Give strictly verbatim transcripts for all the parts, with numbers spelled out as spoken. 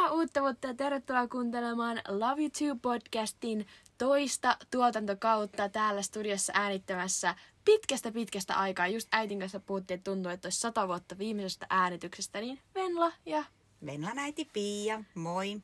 Hyvää uutta vuotta ja tervetuloa kuuntelemaan Love You Too-podcastin toista tuotantokautta täällä studiossa äänittämässä pitkästä pitkästä aikaa. Just äitin kanssa puhuttiin, että tuntuu, että olisi sata vuotta viimeisestä äänityksestä, niin Venla ja... Venlan äiti Pia, moi.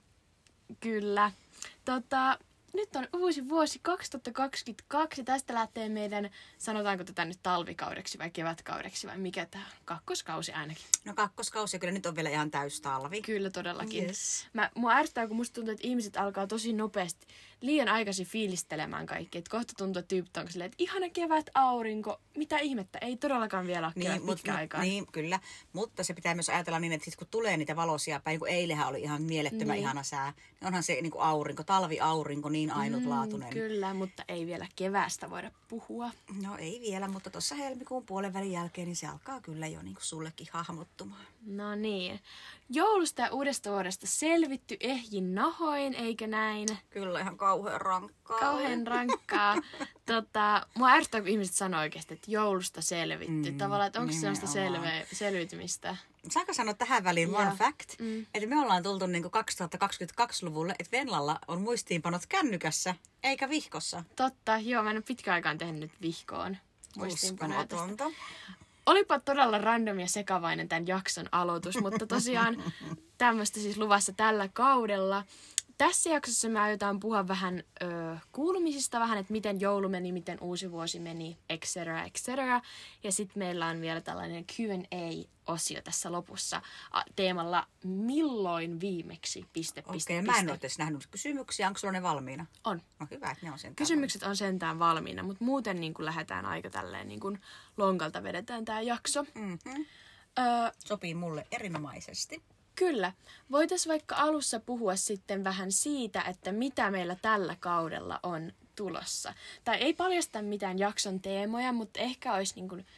Kyllä. Tota, nyt on uusi vuosi kaksituhattakaksikymmentäkaksi. Tästä lähtee meidän, sanotaanko tätä nyt talvikaudeksi vai kevätkaudeksi vai mikä tämä on? Kakkoskausi ainakin. No kakkoskausi, kyllä nyt on vielä ihan täys talvi. Kyllä todellakin. Yes. Mä, mua ärsyttää, kun musta tuntuu, että ihmiset alkaa tosi nopeasti liian aikaisin fiilistelemään kaikki. Et kohta tuntuu, että tyypit on silleen, että ihana kevät, aurinko, mitä ihmettä, ei todellakaan vielä ole niin, kevät mut, pitkä aikaa. Niin, kyllä. Mutta se pitää myös ajatella niin, että sit kun tulee niitä valoisia päin, niin kuin eilenhän oli ihan mielettömän niin. ihana sää, niin onhan se niin kuin aurinko, talviaurinko niin ainutlaatuinen. Mm, kyllä, mutta ei vielä keväästä voida puhua. No ei vielä, mutta tuossa helmikuun puolen välin jälkeen, niin se alkaa kyllä jo niin kuin sullekin hahmottumaan. No niin. Joulusta ja uudesta vuodesta selvitty ehjin nahoin, eikö näin? Kyllä ihan kauhean rankkaa. Kauhean rankkaa. tota, mua ärsyttää, kun ihmiset sanoo oikeasti, että joulusta selvitty. Mm, Tavallaan, että onko se sellaista selve, selviytymistä? Saanko sanoa tähän väliin Joo. one fact? Mm. Että me ollaan tultu niin kuin kaksituhattakaksikymmentäkaksi-luvulle, että Venlalla on muistiinpanot kännykässä eikä vihkossa. Totta, joo, mä en ole pitkään aikaan tehnyt vihkoon muistiinpanoja tästä. Uskomatonta. Olipa todella random ja sekavainen tämän jakson aloitus, mutta tosiaan tämmöistä siis luvassa tällä kaudella. Tässä jaksossa me aiotaan puhua vähän ö, kuulumisista, vähän, että miten joulu meni, miten uusi vuosi meni, et cetera, et cetera. Ja sitten meillä on vielä tällainen Q and A-osio tässä lopussa a, teemalla milloin viimeksi, piste, Okei, piste, okay, piste. mä en ole edes nähnyt kysymyksiä. Onko sulla ne valmiina? On. No hyvä, että ne on sentään. Kysymykset on sentään valmiina, mutta muuten niin kuin lähdetään aika tälleen niin kuin lonkalta vedetään tämä jakso. Mm-hmm. Öö, Sopii mulle erinomaisesti. Kyllä. Voitaisiin vaikka alussa puhua sitten vähän siitä, että mitä meillä tällä kaudella on tulossa. Tai ei paljasta mitään jakson teemoja, mutta ehkä olisi niin kuin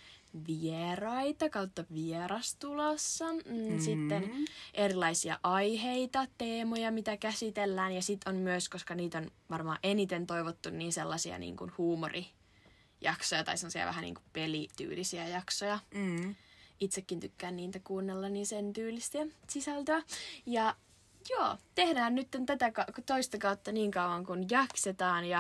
vieraita kautta vieras tulossa. Mm, sitten erilaisia aiheita, teemoja, mitä käsitellään. Ja sitten on myös, koska niitä on varmaan eniten toivottu, niin sellaisia niin kuin huumorijaksoja tai sellaisia vähän niin kuin pelityylisiä jaksoja. Mm. Itsekin tykkään niitä kuunnella, niin sen tyylistä sisältöä. Ja joo, tehdään nyt tätä toista kautta niin kauan kuin jaksetaan ja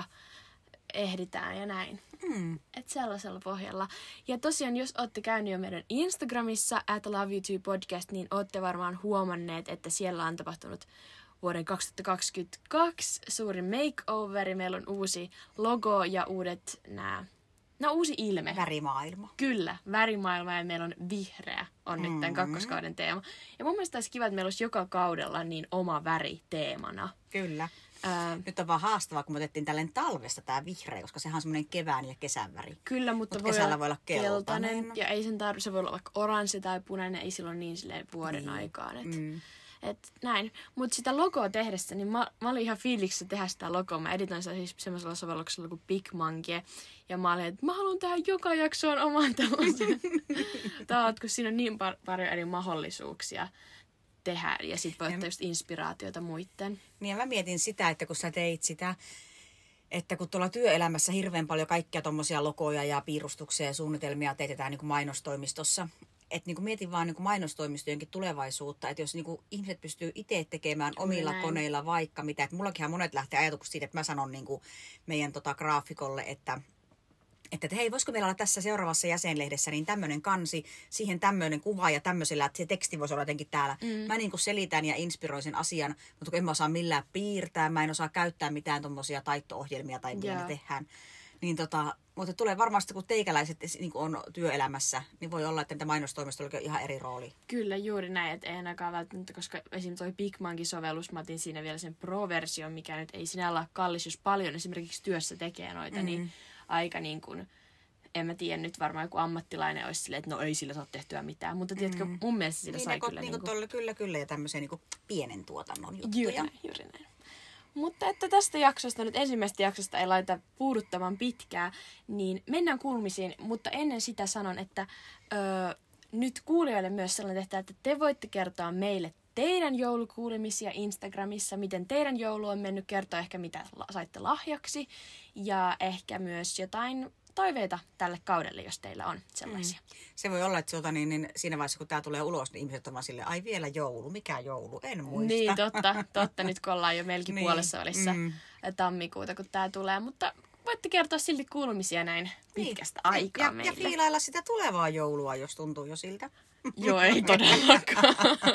ehditään ja näin. Mm. Et sellaisella pohjalla. Ja tosiaan, jos olette käynyt jo meidän Instagramissa at Love You Too podcast, niin olette varmaan huomanneet, että siellä on tapahtunut vuoden kaksituhattakaksikymmentäkaksi suuri makeoveri. Meillä on uusi logo ja uudet nää... No uusi ilme. Värimaailma. Kyllä, värimaailma ja meillä on vihreä on nyt tämän kakkoskauden teema. Ja mun mielestä olisi kiva, että meillä olisi joka kaudella niin oma väri teemana. Kyllä. Ää, Nyt on vaan haastavaa, kun me otettiin tälleen talvesta tää vihreä, koska sehän on semmoinen kevään ja kesän väri. kyllä, mutta Mut voi, kesällä olla voi olla keltainen. Ja ei sen tarvitse, se voi olla vaikka oranssi tai punainen, ei silloin niin silleen vuoden Niin. aikaan. Et, Mm. et näin. Mutta sitä logoa tehdessä, niin mä, mä olin ihan fiiliksissä tehdä sitä logoa. Mä editoin sitä siis semmoisella sovelluksella kuin Big Monkey. Ja mä olin, että mä haluan tehdä joka jaksoon oman tällaisen. Tavat, kun siinä on niin par- paljon eri mahdollisuuksia tehdä. Ja sit voi ottaa just inspiraatiota muitten. Niin ja mä mietin sitä, että kun sä teit sitä, että kun tuolla työelämässä hirveän paljon kaikkia tommosia logoja ja piirustuksia ja suunnitelmia teetetään niin kuin mainostoimistossa. Että niin kuin mietin vaan niin kuin mainostoimistojenkin tulevaisuutta, että jos niin kuin ihmiset pystyy itse tekemään omilla näin. koneilla vaikka mitä. Että mullakinhan monet lähtee ajatuksesta siitä, että mä sanon niin kuin meidän tota graafikolle, että Että, että hei, voisiko meillä olla tässä seuraavassa jäsenlehdessä niin tämmöinen kansi, siihen tämmöinen kuva ja tämmöisellä, että se teksti voisi olla jotenkin täällä. Mm. Mä niin kuin selitän ja inspiroin sen asian, mutta kun en mä osaa millään piirtää, mä en osaa käyttää mitään tommosia taitto-ohjelmia tai millä ne tehdään. Niin tota, mutta tulee varmasti, kun teikäläiset niin kuin on työelämässä, niin voi olla, että niitä mainostoimistolla on ihan eri rooli. Kyllä, juuri näin, että ei ainakaan välttämättä, koska esimerkiksi toi Big Monkey-sovellus, mä otin siinä vielä sen Pro-version, mikä nyt ei sinällä ole kallis, jos paljon esimerkiksi työssä tekee noita, mm. niin aika niin kuin, en mä tiedä, nyt varmaan joku ammattilainen olisi silleen, että no ei sillä saa tehtyä mitään, mutta tiedätkö, mm. mun mielestä sillä niin sai ne, kyllä niin niin kuin... Tolle, kyllä, kyllä, ja tämmöisiä niin kuin pienen tuotannon juttuja. Juuri näin, juuri näin. Mutta että tästä jaksosta, nyt ensimmäisestä jaksosta ei laita puuduttamaan pitkää, niin mennään kuulumisiin, mutta ennen sitä sanon, että öö, nyt kuulijoille myös sellainen tehtävä, että te voitte kertoa meille teidän joulukuulemisia Instagramissa, miten teidän joulu on mennyt, kertoa ehkä mitä saitte lahjaksi ja ehkä myös jotain toiveita tälle kaudelle, jos teillä on sellaisia. Mm. Se voi olla, että tuota, niin, niin siinä vaiheessa, kun tämä tulee ulos, niin ihmiset on vaan silleen, ai vielä joulu, mikä joulu, en muista. Niin, totta, totta. Nyt kun ollaan jo melkein niin. puolessa välissä mm. tammikuuta, kun tämä tulee. Mutta voitte kertoa silti kuulumisia näin pitkästä niin. aikaa ja, meille. Ja fiilailla sitä tulevaa joulua, jos tuntuu jo siltä. Joo, ei todellakaan.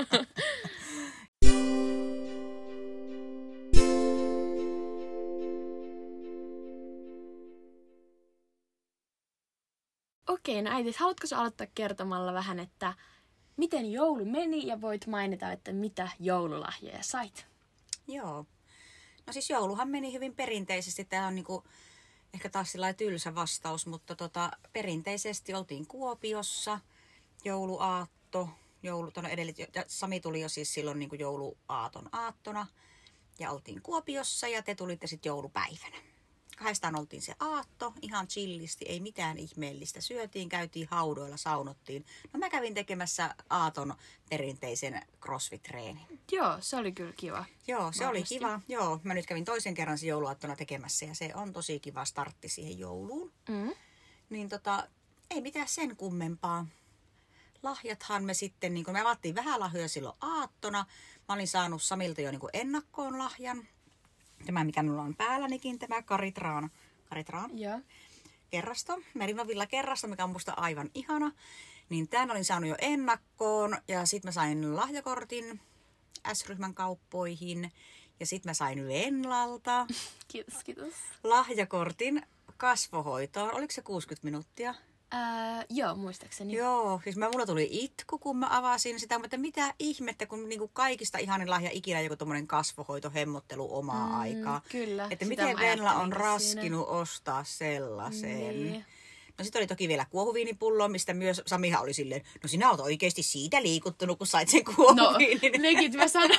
Okei, no äiti, haluatko sä aloittaa kertomalla vähän, että miten joulu meni ja voit mainita, että mitä joululahjoja sait? Joo. No siis jouluhan meni hyvin perinteisesti. Tämä on niinku ehkä taas sellainen tylsä vastaus, mutta tota, perinteisesti oltiin Kuopiossa jouluaatto. Joulu, edellit, ja Sami tuli jo siis silloin niinku jouluaaton aattona ja oltiin Kuopiossa ja te tulitte sitten joulupäivänä. Kahdestaan oltiin se aatto, ihan chillisti, ei mitään ihmeellistä. Syötiin, käytiin haudoilla, saunottiin. No mä kävin tekemässä aaton perinteisen crossfit-treenin. Joo, se oli kyllä kiva. Joo, se Varmasti. oli kiva. Joo, mä nyt kävin toisen kerran se jouluaattona tekemässä ja se on tosi kiva startti siihen jouluun. Mm. Niin tota, ei mitään sen kummempaa. Lahjathan me sitten, niin kun me avattiin vähän lahjoja silloin aattona. Mä olin saanut Samilta jo niin kuin ennakkoon lahjan. Tämä, mikä minulla on päällänikin, tämä Karitraan, Karitraan Joo. kerrasto, Merinovilla kerrasto, mikä on musta aivan ihana. Niin tämän olin saanut jo ennakkoon ja sitten mä sain lahjakortin S-ryhmän kauppoihin ja sitten mä sain Venlalta Kiitos, kiitos. lahjakortin kasvohoitoon. Oliko se kuusikymmentä minuuttia? Ää, joo, muistaakseni. Joo, siis mä, mulla tuli itku, kun mä avasin sitä, mutta mitä ihmettä, kun niinku kaikista ihanin lahja ikinä joku tommonen kasvohoitohemmottelu omaa Mm, aikaa. kyllä, Että sitä miten mä Venla on ajattelinkin raskinut ostaa sellaisen. Niin. No sit oli toki vielä kuohuviinipullo, mistä myös Samihan oli silleen, no sinä oot oikeesti siitä liikuttunut, kun sait sen No, kuohuviinin. legit mä sanon.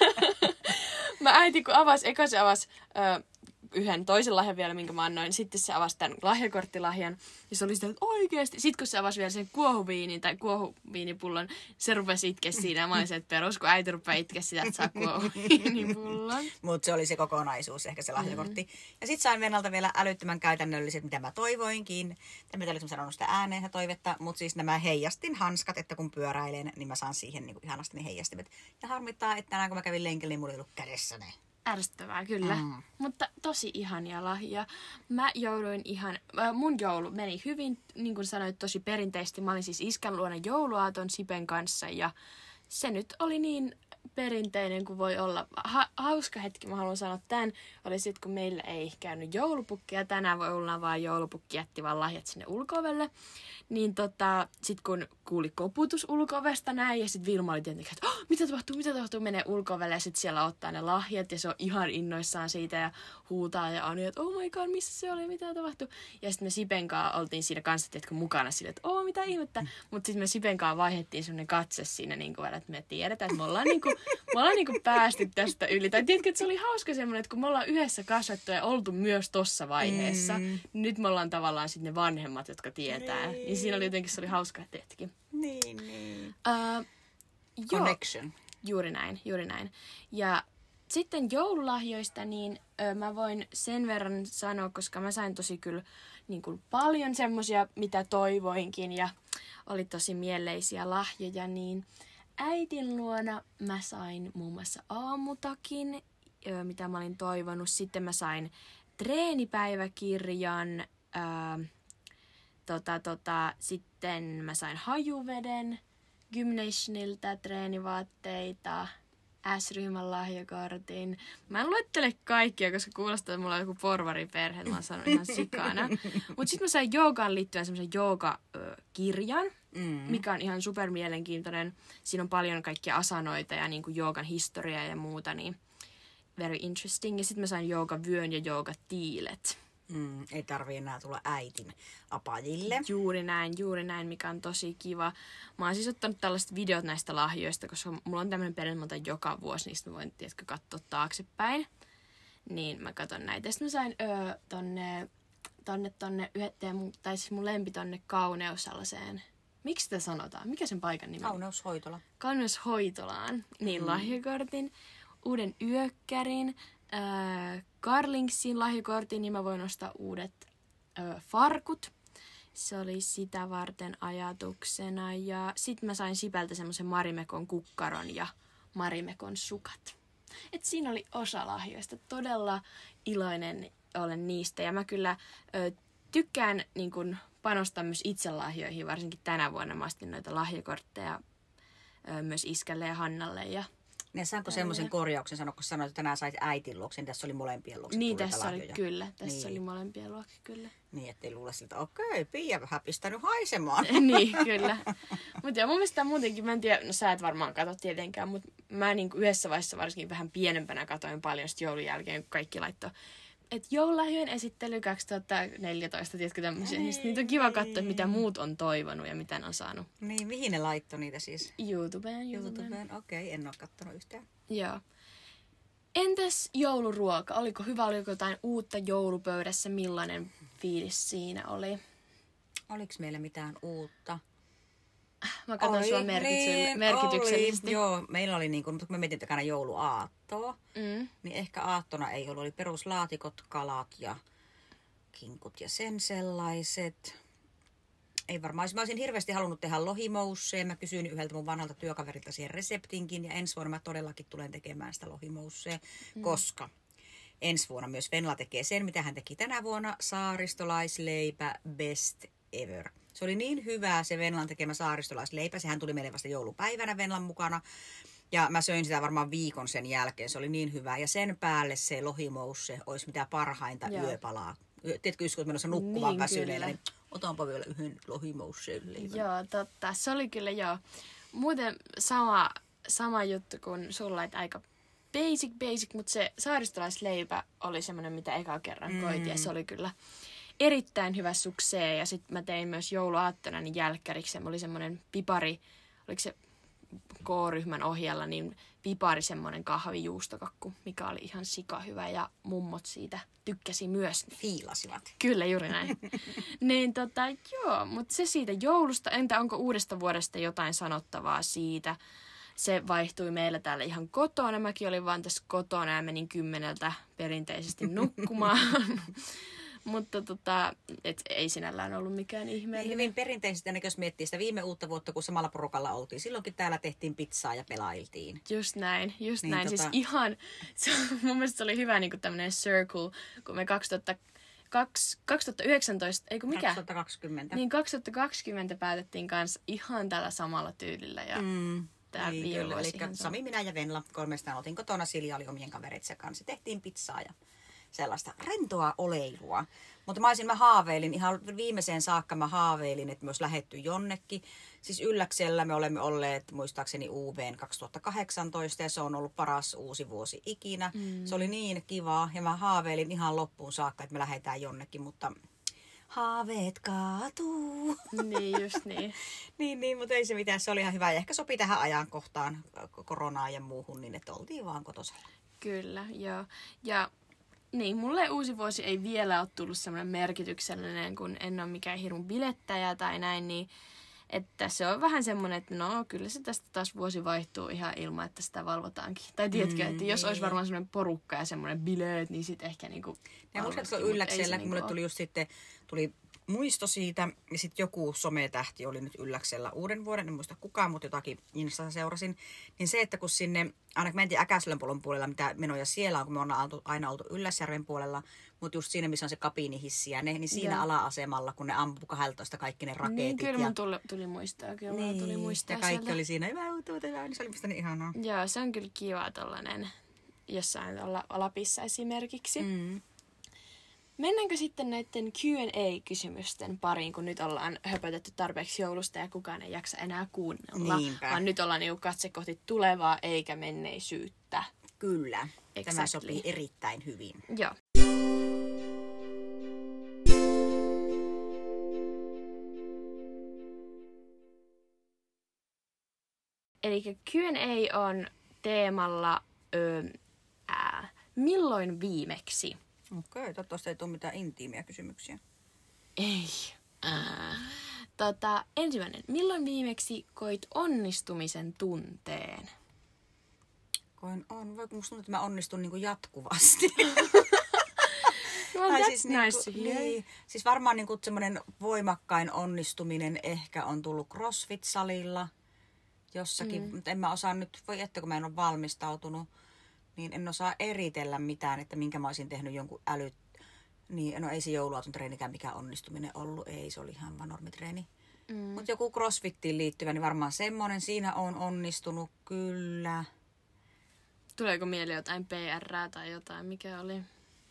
Mä äiti, kun avasi, eka se avasi ö, yhden toisen lahjan vielä, minkä mä annoin. Sitten se avasi tämän lahjakorttilahjan. Ja se oli sitä, että oikeesti. Sitten kun se avasi vielä sen kuohuviinin tai kuohuviinipullon, se rupesi itkeä siinä. Ja mä olin se, että perus, kun äiti rupeaa itkeä sitä, että saa kuohuviinipullon. Mutta se oli se kokonaisuus, ehkä se lahjakortti. Mm. Ja sit sain Venalta vielä älyttömän käytännölliset, mitä mä toivoinkin. Tämä oli sanonut sitä ääneen ja toivetta. Mutta siis nämä heijastin hanskat, että kun pyöräilen, niin mä saan siihen niinku ihanasti ne heijastimet. Ja harmittaa, että tänään kun mä kävin lenkillä, niin mulla ei ollut kädessä ne. Ärsyttävää, kyllä. Mm. Mutta tosi ihania lahja. Mä jouduin ihan... Äh, mun joulu meni hyvin, niin kuin sanoit, tosi perinteisesti. Mä olin siis iskän luona jouluaaton Sipen kanssa ja se nyt oli niin perinteinen kuin voi olla. Ha- hauska hetki, mä haluan sanoa tämän, oli sitten, kun meillä ei käynyt joulupukkia. Tänään voi olla vaan joulupukki jätti vaan lahjat sinne ulko-ovelle. Niin tota, sit kun kuuli koputus ulko-ovesta näin, ja sit Vilma oli tietenkin, että oh, mitä tapahtuu, mitä tapahtuu, menee ulko-ovelle, ja sit siellä ottaa ne lahjat, ja se on ihan innoissaan siitä, ja huutaa, ja on, että oh my god, missä se oli, mitä tapahtuu. Ja sit me Sipen kanssa oltiin siinä kanssa, tiedätkö, mukana sille, että oh, mitä ihmettä. Mutta sit me Sipen kanssa vaihdettiin semmonen katse siinä, niin kuin, että me tiedetään, että me ollaan, niin kuin, me ollaan niin kuin päästy tästä yli. Tai tiedätkö, että se oli hauska semmoinen, että kun me ollaan yhdessä kasvattu ja oltu myös tossa vaiheessa, mm. nyt me ollaan tavallaan sitten ne vanhemmat, jotka tietää. Niin. Niin siinä oli jotenkin, se oli hauska hetki. Niin, niin. Uh, Connection. Joo, juuri näin, juuri näin. Ja sitten joululahjoista, niin ö, mä voin sen verran sanoa, koska mä sain tosi kyllä niin kuin paljon semmosia, mitä toivoinkin ja oli tosi mieleisiä lahjoja, niin äitin luona mä sain muun muassa aamutakin, ö, mitä mä olin toivonut. Sitten mä sain treenipäiväkirjan, ö, tota, tota, sitten mä sain hajuveden Gymnationilta, treenivaatteita, S-ryhmän lahjakortin. Mä en luettele kaikkia, koska kuulostaa, että mulla on joku porvariperhe, mä oon saanut ihan sikana. Mut sit mä sain joogaan liittyen semmoisen joogakirjan, mm. mikä on ihan super mielenkiintoinen. Siinä on paljon kaikkia asanoita ja niinku joogan historiaa ja muuta, niin very interesting. Ja sit mä sain joogavyön ja joogatiilet. Mm, ei tarvii enää tulla äitin apajille. Juuri näin, juuri näin, mikä on tosi kiva. Mä oon siis ottanut tällaiset videot näistä lahjoista, koska mulla on tämmöinen perinne, että joka vuosi niistä mä voin, tiedätkö, katsoa taaksepäin. Niin mä katson näitä. Sitten mä sain öö, tonne, tonne, tonne, yhden, tai siis mun lempi tonne Kauneus sellaiseen. Miksi sitä sanotaan? Mikä sen paikan nimi on? Kauneushoitola. Kauneushoitolaan. Niin, mm. lahjakortin, uuden yökkärin, Äh, Carlingsin lahjakortin, niin mä voin ostaa uudet ö, farkut. Se oli sitä varten ajatuksena. Ja sitten mä sain Sipeltä semmoisen Marimekon kukkaron ja Marimekon sukat. Et siinä oli osa lahjoista. Todella iloinen olen niistä. Ja mä kyllä ö, tykkään niin kun, panostaa myös itse lahjoihin. Varsinkin tänä vuonna mä astin noita lahjakortteja ö, myös iskälle ja Hannalle. Ja ne saanko semmoisen korjauksen sanoa, kun sanoit, että tänään sait äitin luoksen, tässä oli molempien luokse niin, tulleita tässä lahjoja. oli kyllä. Tässä niin. oli molempien luokse kyllä. Niin, ettei luule siltä, okei, Pia vähän pistänyt haisemaan. niin, kyllä. Mutta mun mielestä muutenkin, mä en tiedä, no sä et varmaan katso tietenkään, mutta mä niinku yhdessä vaiheessa varsinkin vähän pienempänä katoin paljon sit joulun jälkeen, kun kaikki laittoi. Että joululahjojen esittely kaksituhattaneljätoista, tiedätkö tämmöisiä, niin niitä on kiva katsoa, mitä muut on toivonut ja mitä ne on saanut. Niin, mihin ne laittoi niitä siis? YouTubeen. YouTubeen. YouTubeen, okei, okay, en ole kattonut yhtään. Joo. Entäs jouluruoka? Oliko hyvä, oliko jotain uutta joulupöydässä? Millainen fiilis siinä oli? Oliko meillä mitään uutta? Mä katson sua merkityksell- merkityksellisesti. Oli, joo, meillä oli niin kuin, mutta kun me mietin takana jouluaattoa, Mm. niin ehkä aattona ei ollut. Oli peruslaatikot, kalat ja kinkut ja sen sellaiset. Ei varmaan. Mä olisin hirveästi halunnut tehdä lohimousseen. Mä kysyin yhdeltä mun vanhalta työkaverilta siihen reseptinkin. Ja ensi vuonna mä todellakin tulen tekemään sitä lohimoussea, mm. koska ensi vuonna myös Venla tekee sen, mitä hän teki tänä vuonna. Saaristolaisleipä best ever. Se oli niin hyvää se Venlan tekemä saaristolaisleipä. Sehän tuli meille vasta joulupäivänä Venlan mukana. Ja mä söin sitä varmaan viikon sen jälkeen. Se oli niin hyvää. Ja sen päälle se lohimousse olisi mitä parhainta Joo. yöpalaa. Tiedätkö, kun menossa nukkumaan niin, väsyneellä, niin otanpa vielä yhden lohimousseen leivän. Joo, totta. Se oli kyllä joo. Muuten sama, sama juttu kuin sulla, että aika basic, basic, mutta se saaristolaisleipä oli semmoinen, mitä eka kerran mm. koitin. Ja se oli kyllä erittäin hyvä suksee. Ja sitten mä tein myös jouluaattona niin jälkkäriksi. Se oli semmoinen pipari, oliko se K-ryhmän ohjalla, niin pipari semmoinen kahvijuustokakku, mikä oli ihan sika hyvä. Ja mummot siitä tykkäsi myös. Fiilasivat. Kyllä, juuri näin. niin tota, joo, mutta se siitä joulusta. Entä onko uudesta vuodesta jotain sanottavaa siitä? Se vaihtui meillä täällä ihan kotona. Mäkin olin vaan tässä kotona ja menin kymmeneltä perinteisesti nukkumaan. Mutta tota, et ei sinällään ollut mikään ihmeellinen. Niin hyvin perinteisesti, ainakin jos miettii sitä viime uutta vuotta, kun samalla porukalla oltiin. Silloinkin täällä tehtiin pizzaa ja pelailtiin. Just näin, just niin näin. Tota... Siis ihan, se, mun mielestä se oli hyvä niin kuin tämmöinen circle, kun me kaksituhattayhdeksäntoista, ei kun mikä? kaksituhattakaksikymmentä. Niin kaksituhattakaksikymmentä päätettiin kanssa ihan tällä samalla tyylillä ja mm. Tää niin, viime kyllä. Eli ihan Sami, minä ja Venla kolmestaan oltiin kotona. Silja oli omien kaveritsen kanssa. Tehtiin pizzaa ja sellaista rentoa oleilua. Mutta mä olisin, mä haaveilin, ihan viimeiseen saakka mä haaveilin, että myös lähetty jonnekin. Siis Ylläksellä me olemme olleet muistaakseni U V:n kaksituhattakahdeksantoista ja se on ollut paras uusi vuosi ikinä. Mm. Se oli niin kivaa ja mä haaveilin ihan loppuun saakka, että me lähdetään jonnekin, mutta haaveet kaatuu. Niin, just niin. niin, niin, mutta ei se mitään, se oli ihan hyvä ja ehkä sopi tähän ajankohtaan koronaan ja muuhun, niin että oltiin vaan kotosalla. Kyllä, joo. Ja niin, mulle uusi vuosi ei vielä ole tullut semmoinen merkityksellinen, kun en ole mikään hirun bilettäjä tai näin, niin että se on vähän semmoinen, että no kyllä se tästä taas vuosi vaihtuu ihan ilman, että sitä valvotaankin. Tai tiedätkö, mm, että jos niin. olisi varmaan semmoinen porukka ja semmoinen bileet, niin sitten ehkä niinku ja muistatko Ylläksellä, kun mulle tuli just sitten, tuli muisto siitä, ja sitten joku sometähti oli nyt Ylläksellä uuden vuoden, en muista kukaan, mutta jotakin Instassa seurasin, niin se, että kun sinne, aina kun mentiin Äkäsylän puolella, mitä menoja siellä on, kun me on aina oltu Ylläsjärven puolella, mutta just siinä, missä on se kabiinihissi ja ne, niin siinä Joo. ala-asemalla, kun ne ampui kahdeltoista kaikki ne raketit. Niin, kyllä ja... mun tuli, tuli muistaa, kyllä niin, tuli muistaa ja kaikki sieltä. oli siinä, hyvä uutuuta, hyvä, niin se oli musta niin ihanaa. Joo, se on kyllä kiva tollanen, jossain Lapissa esimerkiksi. Mm. Mennäänkö sitten näiden Q and A-kysymysten pariin, kun nyt ollaan höpötetty tarpeeksi joulusta ja kukaan ei jaksa enää kuunnella. Niinpä. Vaan nyt ollaan niinku katse kohti tulevaa eikä menneisyyttä. Kyllä. Exactly. Tämä sopii erittäin hyvin. Joo. Eli Q and A on teemalla ö, ää, milloin viimeksi? Okei, okay, toivottavasti ei tule mitään intiimiä kysymyksiä. Ei. Äh. Tota, ensimmäinen. Milloin viimeksi koit onnistumisen tunteen? Koin on. Voi musta tuntuu, että mä onnistun niin kuin jatkuvasti. Well, Tai that's siis nice niinku, to hear. niin, siis varmaan niinku semmoinen voimakkain onnistuminen ehkä on tullut CrossFit-salilla jossakin, mm. mutta en mä osaa nyt, voi että kun mä en ole valmistautunut, niin en osaa eritellä mitään, että minkä mä olisin tehnyt jonkun älyt. Niin, no ei se jouluaaton treenikään mikään onnistuminen ollut, ei, se oli ihan vaan normitreeni. Mm. Mutta joku CrossFittiin liittyvä, niin varmaan semmoinen, siinä on onnistunut kyllä. Tuleeko mieleen jotain P R:ää tai jotain, mikä oli?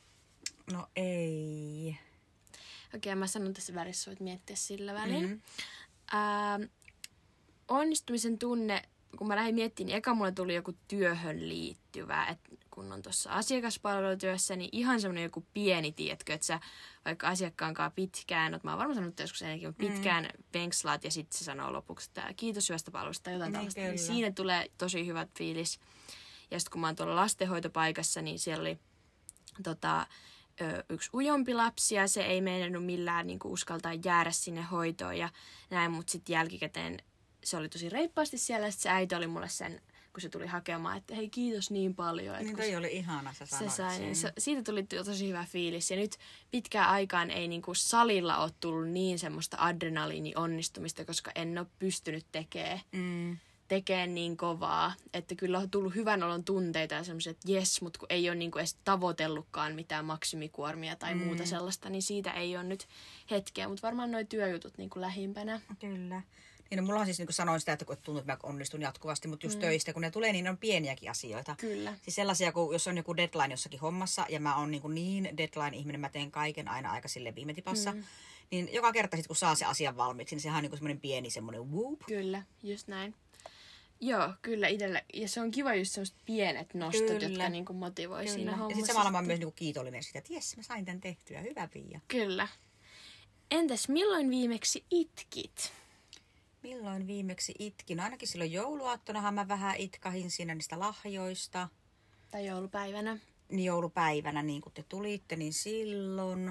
No ei. Okei, mä sanon tässä värissä, voit miettiä sillä välin. Mm-hmm. Ää, onnistumisen tunne, kun mä lähdin miettimään, niin eka mulle tuli joku työhön liittyvä, että kun on tuossa asiakaspalvelutyössä, niin ihan semmoinen joku pieni, tiedätkö, että sä vaikka asiakkaankaan pitkään, että mä oon varmaan sanonut joskus ennenkin, pitkään mm. venkslaat ja sitten se sanoo lopuksi, että kiitos hyvästä palvelusta tai jotain niin, tällaista. Niin siinä tulee tosi hyvät fiilis. Ja sitten kun mä oon tuolla lastenhoitopaikassa, niin siellä oli tota, ö, yksi ujompi lapsi ja se ei meinannut millään niin kuin uskaltaa jäädä sinne hoitoon ja näin, mutta sitten jälkikäteen se oli tosi reippaasti siellä ja sitten se äiti oli mulle sen, kun se tuli hakemaan, että hei kiitos niin paljon. Että niin toi oli ihana, sä sanoit se sai, niin se, siitä tuli tosi hyvä fiilis ja nyt pitkään aikaan ei niin kuin salilla ole tullut niin semmoista adrenaliini-onnistumista, koska en ole pystynyt tekemään. Mm. tekemään niin kovaa, että kyllä on tullut hyvän olon tunteita ja semmoiset, että jes, mutta kun ei ole niinku edes tavoitellutkaan mitään maksimikuormia tai mm. muuta sellaista, niin siitä ei ole nyt hetkeä, mutta varmaan nuo työjutut niinku lähimpänä. Kyllä. Niin no, mulla on siis, niin kuin sanoin sitä, että kun tuntuu, että mä onnistun jatkuvasti, mutta just mm. töistä, kun ne tulee, niin ne on pieniäkin asioita. Kyllä. Siis sellaisia, kun jos on joku deadline jossakin hommassa, ja mä oon niin, niin deadline-ihminen, mä teen kaiken aina aika sille viime tipassa, mm. niin joka kerta sit, kun saa se asian valmiiksi, niin sehän on niin semmoinen pieni semmoinen whoop. Kyllä, just näin. Joo, kyllä itsellä. Ja se on kiva just semmoiset pienet nostot, kyllä. jotka niinku motivoi kyllä. siinä hommassa. Ja sitten samalla mä oon myös niinku kiitollinen siitä, että jes, mä sain tän tehtyä. Hyvä Pia. Kyllä. Entäs milloin viimeksi itkit? Milloin viimeksi itkin? No ainakin silloin jouluaattonahan mä vähän itkahin siinä niistä lahjoista. Tai joulupäivänä. Niin joulupäivänä, niin kun te tulitte, niin silloin.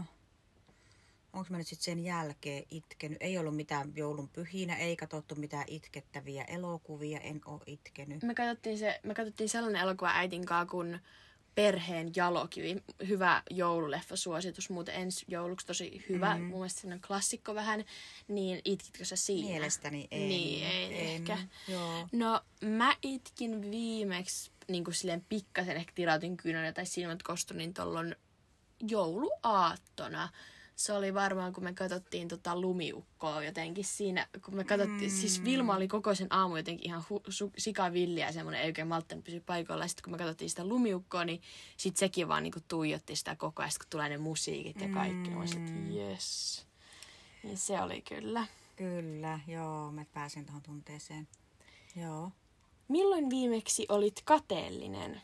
Onko mä nyt sitten sen jälkeen itkenyt? Ei ollut mitään joulun pyhinä, ei katsottu mitään itkettäviä elokuvia, en oo itkenyt. Me katsottiin, se, me katsottiin sellainen elokuva äitin kanssa kuin Perheen jalokivi. Hyvä joululeffa-suositus, muuten ensi jouluksi tosi hyvä. Mm-hmm. Mun mielestä sellainen klassikko vähän. Niin itkitkö sä siinä? Mielestäni ei. Niin, ei en. ehkä. Joo. No mä itkin viimeksi, niin kuin silleen pikkasen ehkä tirautin kyynärä tai silmät kostu, niin tollon jouluaattona. Se oli varmaan, kun me katsottiin tota lumiukkoa jotenkin siinä, kun me katsottiin, mm. siis Vilma oli koko sen aamu jotenkin ihan hu- su- sikavilliä ja semmoinen, ei oikein malttanut pysyä paikoilla. Ja sitten kun me katsottiin sitä lumiukkoa, niin sitten sekin vaan niinku tuijotti sitä koko ajan, kun tulee ne musiikit ja kaikki. Mm. Mä olisin, että jes. Niin se oli kyllä. Kyllä, joo, mä pääsen tuohon tunteeseen. Joo. Milloin viimeksi olit kateellinen?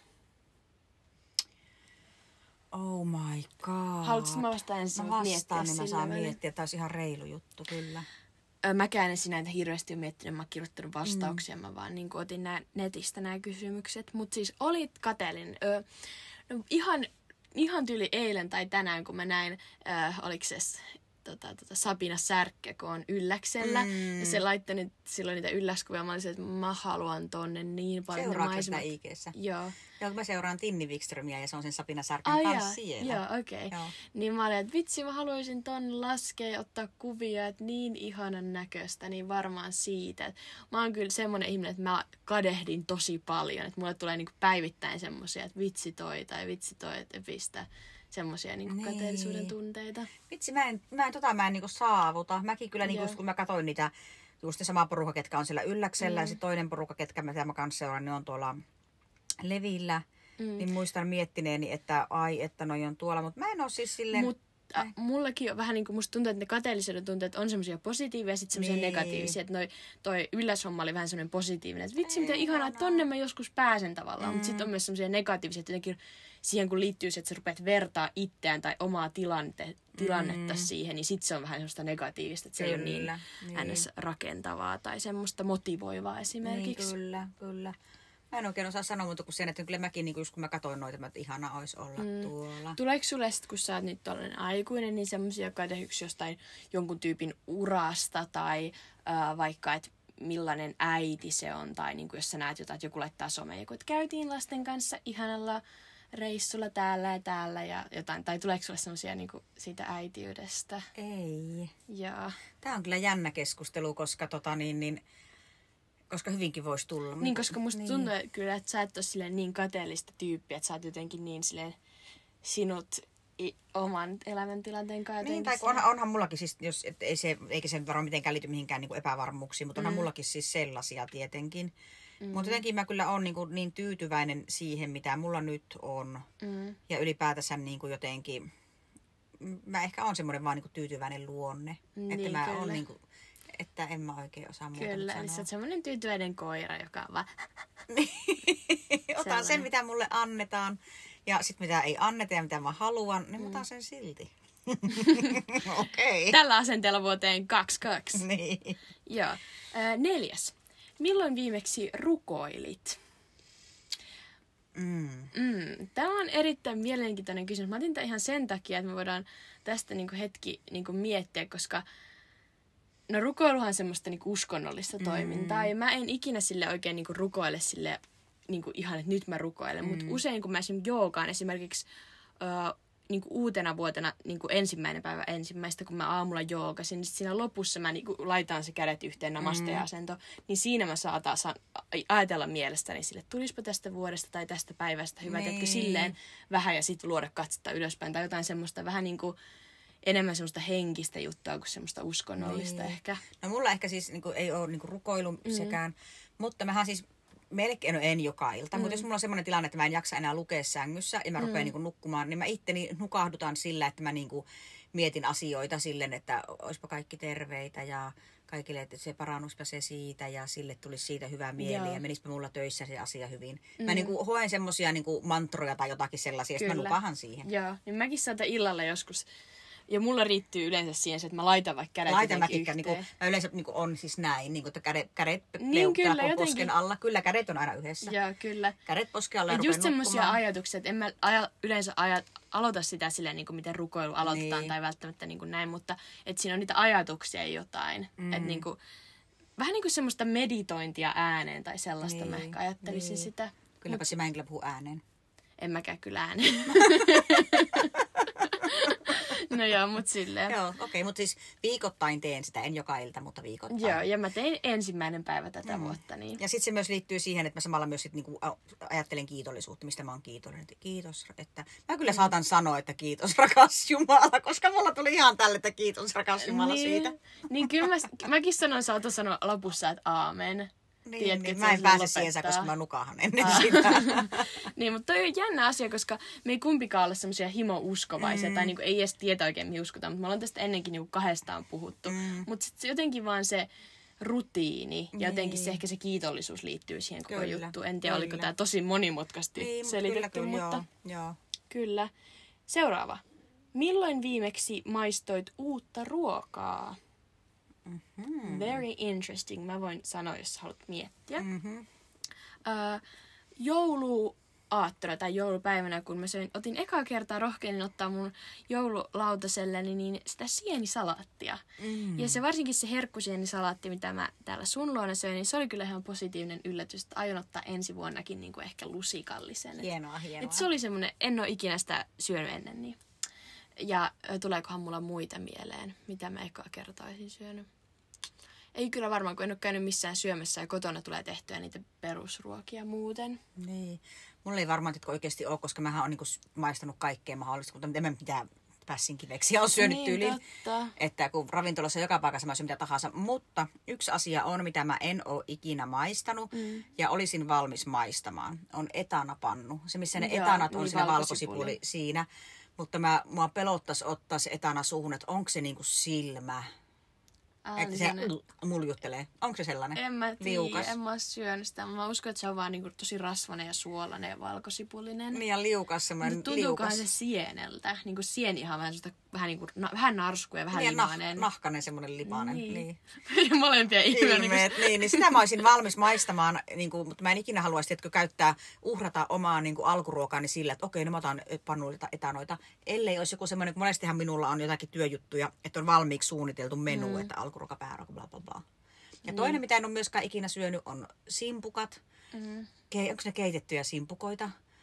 Oh my god. Haluatko mä vastaan ensin mä miettiä vastaan, niin mä saan välin? miettiä. Tämä olisi ihan reilu juttu, kyllä. Öö, mäkään en sinä hirveästi ole miettinyt, mä oon kirjoittanut vastauksia, mm. mä vaan niin otin nää netistä nämä kysymykset. Mutta siis olit kateellinen. Öö, no ihan, ihan tyyli eilen tai tänään, kun mä näin, öö, oliko se tota, tota Sabina Särkkä, kun on Ylläksellä. Mm. Ja se laittoi nyt silloin niitä ylläskuvia. Mä olisin, että mä haluan tonne niin paljon. Seuraatko sitä I G:ssä? Joo. Joo, mä seuraan Tinni Wikströmiä ja se on sen Sabina Särkän Ai kanssa jaa, siellä. Joo, okei. Okay. Niin mä olin, että vitsi, mä haluaisin ton laskea ja ottaa kuvia, että niin ihanan näköistä, niin varmaan siitä. Mä oon kyllä semmonen ihminen, että mä kadehdin tosi paljon. Että mulle tulee niinku päivittäin semmosia, että vitsi toi tai vitsi toi, että pistä semmosia niinku niin. kateellisuuden tunteita. Vitsi, mä en, mä en tota mä en niinku saavuta. Mäkin kyllä, niinku, just, kun mä katsoin niitä, just se sama porukka, ketkä on siellä Ylläksellä, mm. ja sitten toinen porukka, ketkä mä, mä kanssa seuraan, niin on tuolla Levillä. Mm. Niin muistan miettineeni, että ai, että noi on tuolla, mutta mä en oo siis silleen. Mutta mullakin on vähän niin kuin musta tuntuu, että ne kateellisuuden tunteet on semmoisia positiivisia ja sitten semmoisia niin. negatiivisia. Että noi, toi ylläshomma oli vähän semmoinen positiivinen, että vitsi, miten ihanaa, että tonne mä joskus pääsen tavallaan. Mm. Mutta sitten on myös semmoisia negatiivisia, että jotenkin siihen kun liittyy se, että sä rupeat vertaa itseään tai omaa tilannetta, tilannetta mm. siihen, niin sitten se on vähän semmoista negatiivista, että se kyllä, ei ole niin, niin. ns. Rakentavaa tai semmoista motivoivaa esimerkiksi. Niin, kyllä, kyllä. Mä en oikein osaa sanoa muuta kuin sen, että kyllä mäkin, niin just kun mä katsoin noita, että ihanaa olisi olla mm. tuolla. Tuleeko sulle sitten, kun sä oot nyt tollainen aikuinen, niin semmoisia kadehyksiä jostain jonkun tyypin urasta tai äh, vaikka, että millainen äiti se on, tai niin kuin jos sä näet jotain, että joku laittaa someen, joku, että käytiin lasten kanssa ihanalla reissulla täällä ja täällä ja jotain. Tai tuleeko sulle semmoisia niinku siitä äitiydestä? Ei. Joo. Tämä on kyllä jännä keskustelu, koska, tota, niin, niin, koska hyvinkin voisi tulla. Niin, koska musta niin. tuntuu kyllä, että sä et ole silleen niin kateellista tyyppiä, että sä oot jotenkin niin silleen sinut i- oman elämäntilanteen kanssa. Niin, tai onhan, onhan mullakin siis, jos, et ei se, eikä se varmaan mitenkään liity mihinkään niin kuin epävarmuuksiin, mutta onhan mm. mullakin siis sellaisia tietenkin. Mm. Mutta jotenkin mä kyllä oon niin, kuin niin tyytyväinen siihen, mitä mulla nyt on. Mm. Ja ylipäätänsä niin kuin jotenkin, mä ehkä oon semmoinen vaan niin kuin tyytyväinen luonne. Niin, että mä oon niin kuin, että en mä oikein osaa muuta Kyllä, sanoa. eli sä oot semmoinen tyytyväinen koira, joka on vaan... Otan sen, mitä mulle annetaan. Ja sitten mitä ei anneta ja mitä mä haluan, niin mm. mä otan sen silti. Okei. Okay. Tällä asenteella vuoteen kaksikymmentäkaksi. Niin. Joo. Äh, neljäs. Milloin viimeksi rukoilit? Mm. Mm. Tämä on erittäin mielenkiintoinen kysymys. Mä otin tämän ihan sen takia, että me voidaan tästä niinku hetki niinku miettiä, koska no rukoiluhan on semmoista niinku uskonnollista mm. toimintaa. Ja mä en ikinä sille oikein niinku rukoile sille niinku ihan, että nyt mä rukoilen. Mm. Mutta usein kun mä esimerkiksi joogaan esimerkiksi ö, niinku uutena vuotena niinku ensimmäinen päivä ensimmäistä, kun mä aamulla joogasin, niin siinä lopussa mä niinku laitan se kädet yhteen namaste-asento, mm. niin siinä mä saatan sa- ajatella mielestäni sille, tulispa tästä vuodesta tai tästä päivästä hyvä, niin. Teetkö silleen vähän ja sitten luoda katsetta ylöspäin tai jotain semmoista vähän niinku enemmän semmoista henkistä juttua kuin semmoista uskonnollista niin. Ehkä. No mulla ehkä siis niinku, ei ole niinku rukoilu mm. sekään, mutta mähän siis melkein, no en joka ilta, mm. mutta jos mulla on semmoinen tilanne, että mä en jaksa enää lukea sängyssä ja mä rupean mm. niinku nukkumaan, niin mä itteni nukahdutan sillä, että mä niinku mietin asioita silleen, että olisipa kaikki terveitä ja kaikille, että se parannuspa se siitä ja sille tulisi siitä hyvä mieli Joo. ja menisipä mulla töissä se asia hyvin. Mm. Mä niinku hoen semmosia niinku mantroja tai jotakin sellaisia, että mä nukahan siihen. Joo, niin mäkin saatan illalla joskus. Ja mulla riittyy yleensä siihen, että mä laitan vaikka kädet laitan jotenkin mäkin, yhteen. Niin mä yleensä niin on siis näin, niin kuin, että kädet, kädet niin, kyllä, posken jotenkin. Alla. Kyllä, kädet on aina yhdessä. Joo, kyllä. Kädet posken alla ja, ja just semmoisia ajatuksia, että en mä aja, yleensä aja, aloita sitä silleen, niin kuin miten rukoilu aloitetaan niin. Tai välttämättä niin kuin näin, mutta että siinä on niitä ajatuksia jotain. Mm. Että niin kuin, vähän niin kuin semmoista meditointia ääneen tai sellaista niin. Mä ehkä ajattelisin niin. Sitä. Kyllä, paitsi mä en kyllä puhu ääneen. En mäkään kyllä ääneen. No joo, mut silleen. Joo, okei, okay, mutta siis viikoittain teen sitä, en joka ilta, mutta viikoittain. Joo, ja mä tein ensimmäinen päivä tätä mm. vuotta. Niin. Ja sitten se myös liittyy siihen, että mä samalla myös sit niinku ajattelen kiitollisuutta, mistä mä oon kiitollinen. Kiitos, että mä kyllä saatan sanoa, että kiitos rakas Jumala, koska mulla tuli ihan tälle, että kiitos rakas Jumala niin, siitä. Niin kyllä mä, mäkin sanon, saatan sanoa lopussa, että aamen. Niin, Tiedätkö, niin mä en pääse siihen, koska mä nukahan ennen Aa. sitä. Niin, mutta toi on jännä asia, koska me ei kumpikaan olla semmoisia himo-uskovaisia, mm. tai niinku ei edes tietä oikein mihin uskotaan, mutta me ollaan tästä ennenkin niinku kahdestaan puhuttu. Mm. Mutta sitten jotenkin vaan se rutiini ja jotenkin se, ehkä se kiitollisuus liittyy siihen koko kyllä, juttuun. En tiedä, kyllä. Oliko tämä tosi monimutkaisesti niin, selitetty, kyllä, kyllä, mutta joo, joo. Kyllä. Seuraava. Milloin viimeksi maistoit uutta ruokaa? Mm-hmm. Very interesting. Mä voin sanoa, jos haluat miettiä. Mm-hmm. Uh, jouluaattona tai joulupäivänä, kun mä söin, otin ekaa kertaa rohkeinen ottaa mun joululautaselleni niin sitä sienisalaattia. Mm. Ja se varsinkin se herkkusienisalaatti, mitä mä täällä sun luona söin, niin se oli kyllä ihan positiivinen yllätys, että aion ottaa ensi vuonnakin niin kuin ehkä lusikallisen. Hienoa, hienoa. Et se oli semmoinen, en ole ikinä sitä syönyt ennen. Niin. Ja tuleekohan mulla muita mieleen, mitä mä ekaa kertaa olisin syönyt. Ei kyllä varmaan, kun en ole käynyt missään syömässä ja kotona tulee tehtyä niitä perusruokia muuten. Niin. Mulla ei varmaan tietkö oikeasti ole, koska mähän on niinku maistanut kaikkea mahdollista, mutta en mä mitään pässinkiveksiä ole syönyt niin, tyyliin. Totta. Että kun ravintolassa joka paikassa mä syön mitä tahansa. Mutta yksi asia on, mitä mä en ole ikinä maistanut mm. ja olisin valmis maistamaan, on etanapannu. Se, missä ne Joo, etanat on niin siinä valkosipuli. valkosipuli siinä. Mutta mä, mua pelottaisi ottaa se etana suuhun, että onko se niinku silmä. Aa, että se muljuttelee. Onko se sellainen? En mä tiedä, en mä ole syönyt sitä. Mä uskon, että se on vaan niinku tosi rasvainen ja suolainen ja valkosipulinen. Niin ja liukas semmoinen liukas. Tuntuukohan se sieneltä? Niinku sienihan vähän sellaista, vähän niinku, na, vähän narsku ja vähän niin limainen. Nah, nahkainen semmoinen limainen. Niin. niin. Ja molempia ilmeet. Ilmeet, niin, niin sitä mä olisin valmis maistamaan, niin kuin, mutta mä en ikinä haluaisi, että käyttää, uhrata omaa niin kuin alkuruokaani sillä, että okei, no mä otan pannuilta etanoita. Ellei olisi joku semmoinen, kun monestihan minulla on jotakin työjuttuja, että on valmiiksi suunniteltu menu, mm. että alkuruoka, pääruoka, bla bla bla. Ja mm. toinen, mitä en ole myöskään ikinä syönyt, on simpukat. Mm. Ke- onko ne keitettyjä simpukoita?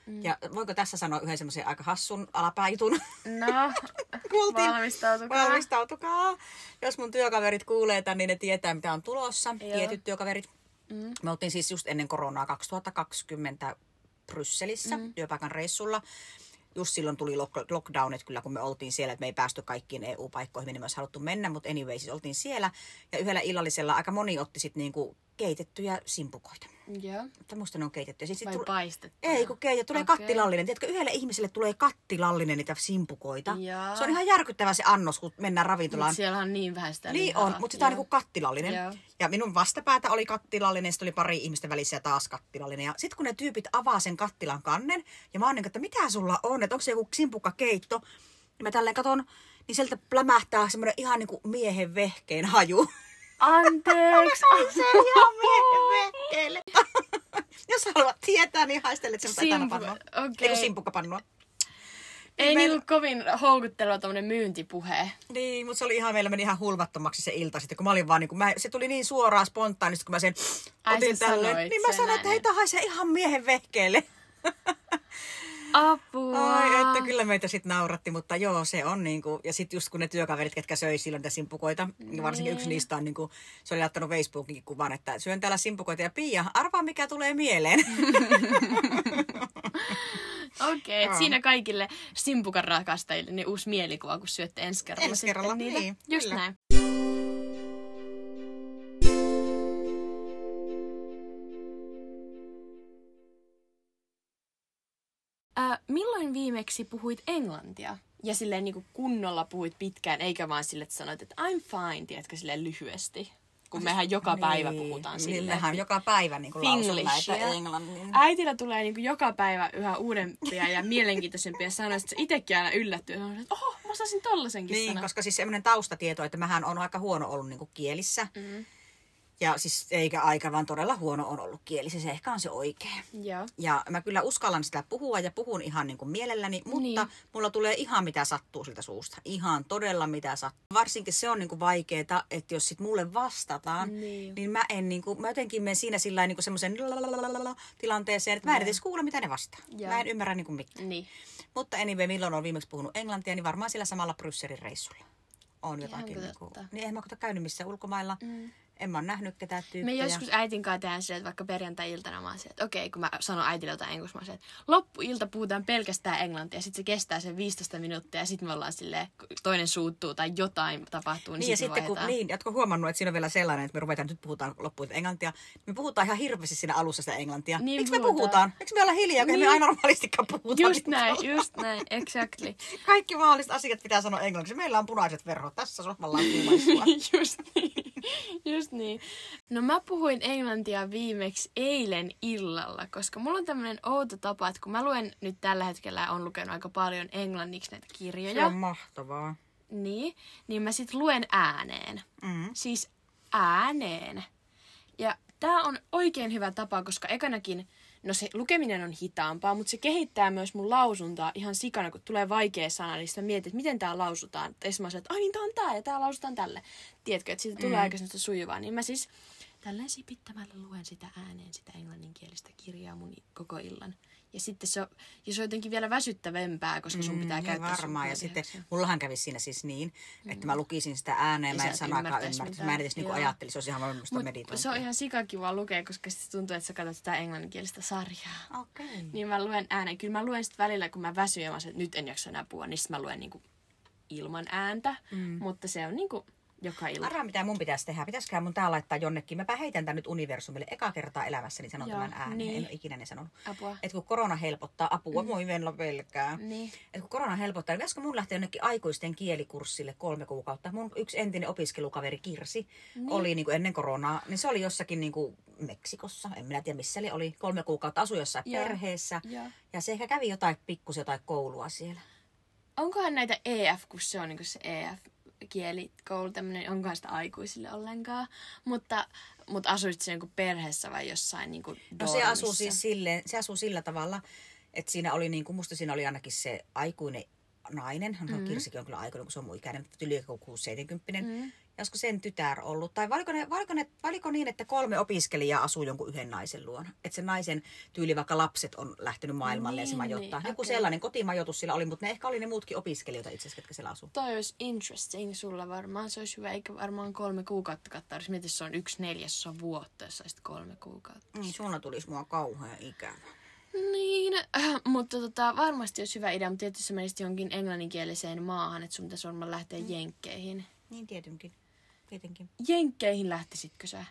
Mm. Ja voinko tässä sanoa yhden semmoisen aika hassun alapääjutun? No, valmistautukaa. Valmistautukaa. Jos mun työkaverit kuulee tämän, niin ne tietää, mitä on tulossa. Joo. Tietyt työkaverit. Mm. Me oltiin siis just ennen koronaa kaksituhattakaksikymmentä Brysselissä mm. työpaikan reissulla. Just silloin tuli lockdownit kyllä, kun me oltiin siellä, että me ei päästy kaikkiin E U-paikkoihin, minne me olisi haluttu mennä, mutta anyway, siis oltiin siellä. Ja yhdellä illallisella aika moni otti sitten niinku keitettyjä simpukoita. Joo. Mutta musta ne on keitettyjä. Siis Vai tuli... paistettuja? Ei, kun keitetty. Tulee Okay. kattilallinen. Tiedätkö, yhdelle ihmiselle tulee kattilallinen niitä simpukoita. Joo. Se on ihan järkyttävä se annos, kun mennään ravintolaan. Mut siellä on niin vähän sitä Niin lihaa. on, mutta sitä on niinku kattilallinen. Joo. Ja minun vastapäätä oli kattilallinen, sitten oli pari ihmisten välissä ja taas kattilallinen. Ja sitten kun ne tyypit avaa sen kattilan kannen, ja mä oon niin, että mitä sulla on, että onko se joku simpukkakeitto. Ja mä tälleen katon, niin sieltä plämähtää semmoinen ihan niinku miehen vehkeen haju. Anteeksi! On se ihan miehen vehkeelle. Jos haluat tietää, niin haistelet semmoista Simpu- etanapannua. okei. Ei kun simpukkapannua. Ei Meillä- niinku kovin houkutteleva tommonen myyntipuhe. Niin, mutta se oli ihan, meillä meni ihan hulvattomaksi se ilta sitten, kun mä olin vaan niin kuin, mä, se tuli niin suoraan spontaanisti, kun mä sen Ai, otin sä tälleen. sanoit Niin mä sen sanoin, että hei, ääneen. tää haisee ihan miehen vehkeelle. Apua! Ai, että kyllä meitä sitten nauratti, mutta joo, se on niinku, ja sitten just kun ne työkaverit, ketkä söi silloin niitä simpukoita, niin varsinkin yksi niistä on niinku, se oli laittanut Facebookinkin kuvan, että syön täällä simpukoita ja Pia, arvaa mikä tulee mieleen. Okei, okay, siinä kaikille simpukan rakastajille niin uusi mielikuva, kun syötte ensi kerralla. Ensi kerralla, sitten niitä. niin, Just kyllä. näin. Äh, milloin viimeksi puhuit englantia? Ja silleen niin kuin kunnolla puhuit pitkään, eikä vaan sille, että sanoit, että I'm fine, tiedätkö, silleen lyhyesti. Kun mehän joka päivä puhutaan niin, silleen. mehän joka päivä niin kuin lausun näitä Finglishia. englannin. Äitillä tulee niin kuin joka päivä yhä uudempia ja mielenkiintoisempia sanoja, että se itsekin aina yllättyy. Ja on, että oho, mä osasin tollasenkin Niin, sanoa. koska siis semmoinen taustatieto, että mähän on aika huono ollut niin kuin kielissä. Mm. Ja siis eikä aika, vaan todella huono on ollut kielissä. Se ehkä on se oikea. Joo. Ja mä kyllä uskallan sitä puhua ja puhun ihan niin kuin mielelläni, mutta Niin. mulla tulee ihan mitä sattuu siltä suusta. Ihan todella mitä sattuu. Varsinkin se on niin kuin vaikeeta, että jos sit mulle vastataan, Niin. niin mä en niin kuin, mä jotenkin menen siinä sillä niin kuin semmoisen tilanteeseen, että mä en edes kuule mitä ne vastaa. Joo. Mä en ymmärrä niin kuin mitään. Niin. Mutta anyway, milloin on viimeksi puhunut englantia, niin varmaan sillä samalla Brysselin reissulla. On jotakin. Ihan Niin, kuin, totta. niin en mä ole käynyt missään ulkomailla. Mm. En mä ole nähnyt ketään tyyppejä. Me joskus äitin kanssa tehdään silleen, että vaikka perjantai-iltana mä oon silleen, että okei, kun mä sanon äitille jotain englanniksi, mä oon silleen, että loppuilta puhutaan pelkästään englantia, ja sitten se kestää sen viisitoista minuuttia, ja sitten me ollaan silleen, kun toinen suuttuu tai jotain tapahtuu, niin, Niin ja sit me sitten kun, vaihdetaan. niin, jatko huomannut, että siinä on vielä sellainen, että me ruvetaan nyt puhutaan loppuun englantia. Me puhutaan ihan hirveästi siinä alussa sitä englantia. Niin Miksi me puhutaan. puhutaan? Miksi me ollaan hiljaa, kun Niin. me aina normaalistikaan puhutaan? Just näin, just näin, exactly. Kaikki mahdolliset asiat pitää sanoa englanniksi. Meillä on punaiset verhot. Tässä sohvalla on kuumaistua. Just niin, just niin. No mä puhuin englantia viimeksi eilen illalla, koska mulla on tämmönen outo tapa, että kun mä luen nyt tällä hetkellä, on lukenut aika paljon englanniksi näitä Se kirjoja, on mahtavaa. niin, niin mä sit luen ääneen. Mm. Siis ääneen. Ja tää on oikein hyvä tapa, koska ekanakin, no se lukeminen on hitaampaa, mutta se kehittää myös mun lausuntaa ihan sikana, kun tulee vaikea sana, niin sitten mietin, että miten tää lausutaan. Esimerkiksi mä sanoin, että ai niin tää on tää ja tää lausutaan tälle. Tiedätkö, että siitä tulee Mm. aika sellaista sujuvaa. Niin mä siis tälleen sipittämällä luen sitä ääneen, sitä englanninkielistä kirjaa mun koko illan. Ja sitten se on, ja se on jotenkin vielä väsyttävämpää, koska sun pitää Mm, käyttää sun varmaan. Ja sitten kuulijaksi. mullahan kävi siinä siis niin, että mä lukisin sitä ääneen, Ja mä sä en et sanakaan ymmärtäis ymmärtäisi. mitään. Mä en edes niinku Joo. ajattelisi, se olisi ihan varmasti Mut meditointia. se on ihan sikakivaa lukea, koska sitten tuntuu, että sä katsot sitä englanninkielistä sarjaa. Okei. Okay. Niin mä luen ääneen. Kyllä mä luen sitten välillä, kun mä väsyn ja mä sanon, että nyt en jaksa enää puhua, niin sit mä luen niinku ilman ääntä. Mm. Mutta se on niinku joka ilta. Arvaa, mitä mun pitäisi tehdä. Pitäisiköhän mun tää laittaa jonnekin. Mäpä heitän tän nyt universumille. Eka kertaa elämässäni sanon Joo, tämän ääneen. niin. En ole ikinä ne sanonut. Apua. Että kun korona helpottaa, apua, mm. voi venla pelkää. Niin. Että kun korona helpottaa, niin pitäisikö mun lähteä jonnekin aikuisten kielikurssille kolme kuukautta? Mun yksi entinen opiskelukaveri Kirsi Niin. oli niin kuin ennen koronaa, niin se oli jossakin niin kuin Meksikossa, en minä tiedä missä oli, oli kolme kuukautta asui jossain Joo. perheessä. Joo. Ja se ehkä kävi jotain pikkusen jotain koulua siellä. Onkohan näitä E F, kun se on niinku se E F-kielikoulu, tämmönen, onkohan sitä aikuisille ollenkaan. Mutta, mutta asuisit se jonkun perheessä vai jossain niinku No dormissa? se asuu siis silleen, se asuu sillä tavalla, että siinä oli niin kuin, musta siinä oli ainakin se aikuinen nainen, no mm. Kirsikin on kyllä aikuinen, kun se on mun ikäinen, yli kuusi seitsemänkymmentä. Mm. olisiko sen tytär ollut. Tai valiko, ne, valiko, ne, valiko niin, että kolme opiskelijaa asuu jonkun yhden naisen luona. Että se naisen tyyli, vaikka lapset on lähtenyt maailmalle niin, ja se majoittaa. Niin, joku okay. sellainen kotimajoitus sillä oli, mutta ne ehkä oli ne muutkin opiskelijoita itse asiassa, ketkä siellä asuu. Toi olisi interesting sulla varmaan. Se olisi hyvä, eikä varmaan kolme kuukautta kattaa. Jos mietit, se on yksi neljäsosa vuotta, jos saisit kolme kuukautta. Niin, sulla tulisi mua kauhean ikävä. Niin, äh, mutta tota, varmasti olisi hyvä idea, mutta tietysti sä menisit johonkin englanninkieliseen maahan, että sun pitäisi varmaan lähteä mm. jenkkeihin. Niin, tietenkin. tietenkin. Jenkkeihin lähtisitkö sä?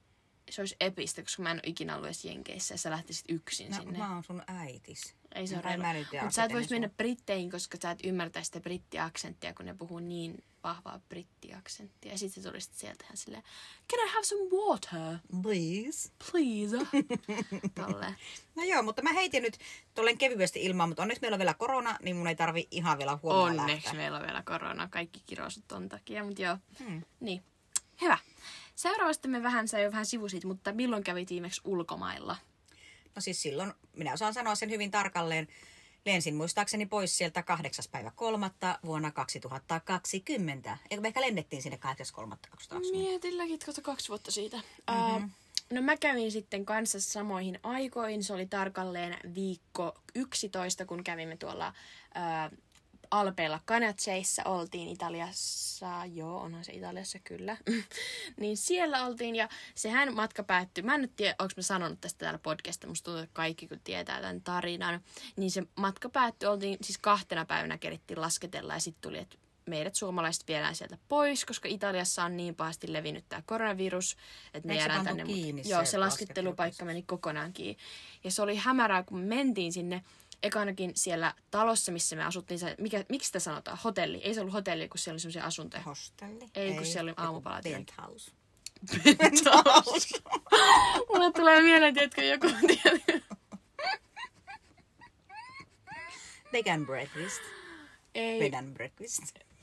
Se olisi epistä, koska mä en ole ikinä ollut edes jenkeissä ja sä lähtisit yksin no, sinne. mä oon sun äitis. Ei se ole mutta sä et vois mennä Britteihin, koska sä et ymmärtäisi sitä brittiaksenttia, kun ne puhuu niin vahvaa brittiaksenttia. Ja sitten sä tulisit sieltä ihan silleen, can I have some water? Please. Please. Tolleen. No joo, mutta mä heitin nyt tolleen kevyesti ilmaan, mutta onneksi meillä on vielä korona, niin mun ei tarvi ihan vielä huomenna lähteä. Onneksi meillä on vielä korona. Kaikki kirousut ton takia, mutta joo. Hmm. Niin. Hyvä. Seuraavasti me vähän, sä jo vähän sivusit, mutta milloin kävit viimeksi ulkomailla? No siis silloin, minä osaan sanoa sen hyvin tarkalleen, lensin muistaakseni pois sieltä kahdeksas päivä kolmatta vuonna kaksituhattakaksikymmentä. Eikö me ehkä lennettiin sinne kahdeksas kolmatta kaksituhattakaksikymmentä? Mietin, läkitkö kaksi vuotta siitä. Mm-hmm. Uh, no mä kävin sitten kanssa samoihin aikoihin. Se oli tarkalleen viikko yksitoista, kun kävimme tuolla uh, Alpeilla Canacceissa. Oltiin Italiassa, joo, onhan se Italiassa kyllä. Niin siellä oltiin ja sehän matka päättyi. Mä en nyt tiedä, onko mä sanonut tästä täällä podcastissa, musta tuntuu, että kaikki kun tietää tämän tarinan. Niin se matka päättyi, oltiin siis kahtena päivänä kerittiin lasketella ja sitten tuli, että meidät suomalaiset viedään sieltä pois, koska Italiassa on niin pahasti levinnyt tämä koronavirus, että me jäädään tänne. Kiinni joo, se laskettelupaikka meni kokonaan kiinni. Ja se oli hämärää, kun me mentiin sinne. Ekanakin siellä talossa, missä me asuttiin, se, mikä, miksi sitä sanotaan? Hotelli. Ei se ollut hotelli, kun siellä oli sellaisia asuntoja. Hostelli? Ei, Ei kun siellä oli aamupalat. Penthouse. Penthouse. Mulle tulee mieleen, tiedätkö, joku Bed and breakfast. Ei. Bed and breakfast.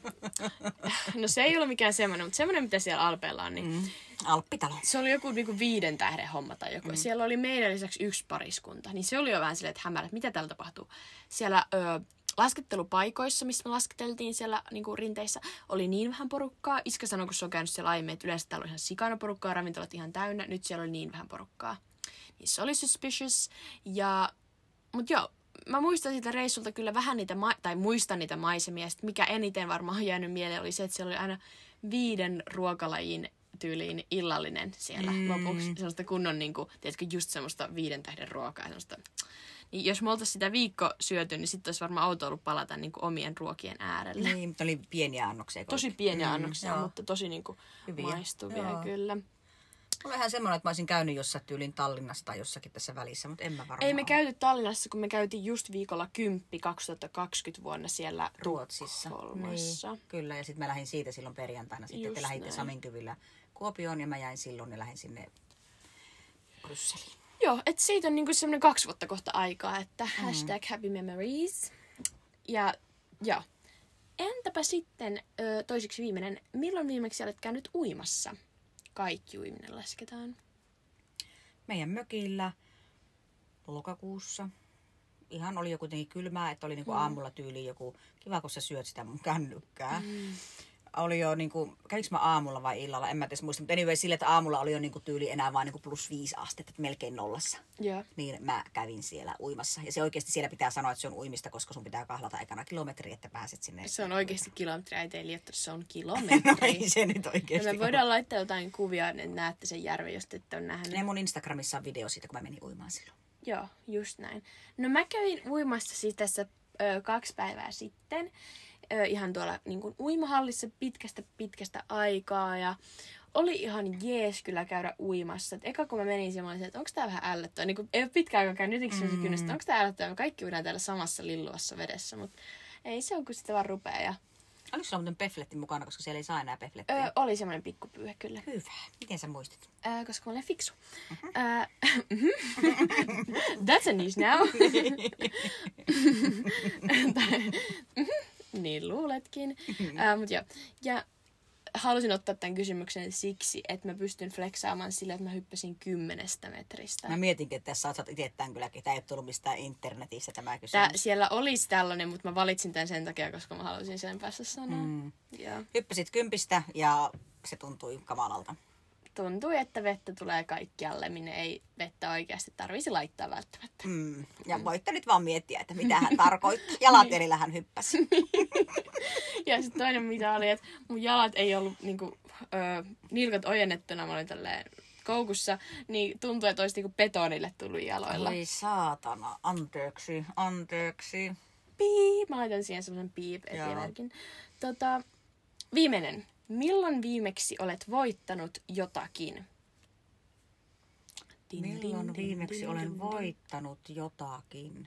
No se ei ollut mikään semmoinen, mutta semmoinen, mitä siellä Alpeilla on, niin mm. Alppitalo. Se oli joku niinku viiden tähden homma tai joku. Mm. Siellä oli meidän lisäksi yksi pariskunta. Niin se oli jo vähän silleen, että hämärä, että mitä täällä tapahtuu. Siellä ö, laskettelupaikoissa, missä me lasketeltiin siellä niinku rinteissä, oli niin vähän porukkaa. Iskä sanoi, kun se on käynyt siellä aiemmin, että yleensä täällä oli ihan sikana porukkaa, ravintolat ihan täynnä. Nyt siellä oli niin vähän porukkaa. Niin se oli suspicious. Ja, mut joo. Mä muistan siitä reissulta kyllä vähän niitä, ma- tai muistan niitä maisemia. Sitten mikä eniten varmaan on jäänyt mieleen oli se, että siellä oli aina viiden ruokalajin tyyliin illallinen siellä mm. lopuksi. Sellaista kunnon, niin kuin, tiedätkö, just semmoista viiden tähden ruokaa. Semmoista. Niin jos me oltaisiin sitä viikko syöty, niin sitten olisi varmaan outo ollut palata niin kuin omien ruokien äärelle. Niin, mutta oli pieniä annoksia. Tosi pieniä mm, annoksia, joo. Mutta tosi niin kuin maistuvia joo. kyllä. Mulla on ihan semmoinen, että mä olisin käynyt jossain tyylin Tallinnassa tai jossakin tässä välissä, mutta en mä varmaan Ei me käyty Tallinnassa, kun me käytiin just viikolla kymppi kaksituhattakaksikymmentä vuonna siellä Ruotsissa. Tukholmassa. Niin, kyllä, ja sitten mä lähdin siitä silloin perjantaina. Sitten just te lähditte näin. Saminkyvillä Kuopioon ja mä jäin silloin ja lähdin sinne Brysseliin. Joo, että siitä on niinku semmoinen kaksi vuotta kohta aikaa, että mm. hashtag happy memories. Ja joo. Entäpä sitten toiseksi viimeinen, milloin viimeksi olet käynyt uimassa? Kaikki uiminen lasketaan. Meidän mökillä lokakuussa. Ihan oli jo kuitenkin kylmää, että oli niinku mm. aamulla tyyliin joku, kiva kun sä syöt sitä mun kännykkää. Mm. Oli jo niinku, kävinkö mä aamulla vai illalla, en mä edes muista, mutta anyway sille, että aamulla oli jo niinku tyyli enää vaan niinku plus viisi astetta, että melkein nollassa. Yeah. Niin mä kävin siellä uimassa. Ja se oikeasti siellä pitää sanoa, että se on uimista, koska sun pitää kahlata ekana kilometri, että pääset sinne. Se on oikeasti kilometri, äiti ei liiottaa, se on kilometri. No ei se nyt oikeasti. Ja me voidaan laittaa jotain kuvia, että näette sen järven, jos te ette ole nähnyt. Ne mun Instagramissa on video siitä, kun mä menin uimaan silloin. Joo, just näin. No mä kävin uimassa siis tässä ö, kaksi päivää sitten. Ö, ihan tuolla niin kuin uimahallissa pitkästä pitkästä aikaa ja oli ihan jees kyllä käydä uimassa. Et eka kun mä menin semmoinen, että onko tää vähän ällöttävää. Niin ei ole pitkään aikaa käynyt jotenkin semmoisen mm. kynnestä, onko tää ällöttävää. Me kaikki uidaan täällä samassa lilluvassa vedessä, mutta ei se on kun sitä vaan rupeaa. Ja... Oliko sulla muuten pefletti mukana, koska siellä ei saa enää peflettiä? Öö, oli semmoinen pikkupyyhe kyllä. Hyvä. Miten sä muistit? Öö, koska mä olen fiksu. Uh-huh. Öö, That's a news now. Niin luuletkin. Uh, mut joo. Ja halusin ottaa tämän kysymyksen siksi, että mä pystyn flexaamaan sillä, että mä hyppäsin kymmenestä metristä. Mä mietinkin, että tässä oot itse tämän kylläkin. Tää ei ole tullut mistään internetissä tämä kysymys. Tää, siellä olisi tällainen, mutta mä valitsin tämän sen takia, koska mä halusin sen päästä sanoa. Mm. Hyppäsit kympistä ja se tuntui kamalalta. Tuntui, että vettä tulee kaikkialle, minne ei vettä oikeasti tarvitsisi laittaa välttämättä. Mm. Ja mm. voitte nyt vaan miettiä, että mitä hän tarkoittaa. Jalat edellä hän hyppäsi. Ja sitten toinen mitä oli, että mun jalat ei ollut niinku, ö, nilkat ojennettuna, mä olin tälleen koukussa, niin tuntui, että olisi niinku betonille tullut jaloilla. Oi saatana, anteeksi, anteeksi. Piip, mä laitan siihen semmoisen piip-esimerkin. Tota, viimeinen. Milloin viimeksi olet voittanut jotakin? Din, Milloin din, viimeksi din, olen din, voittanut jotakin?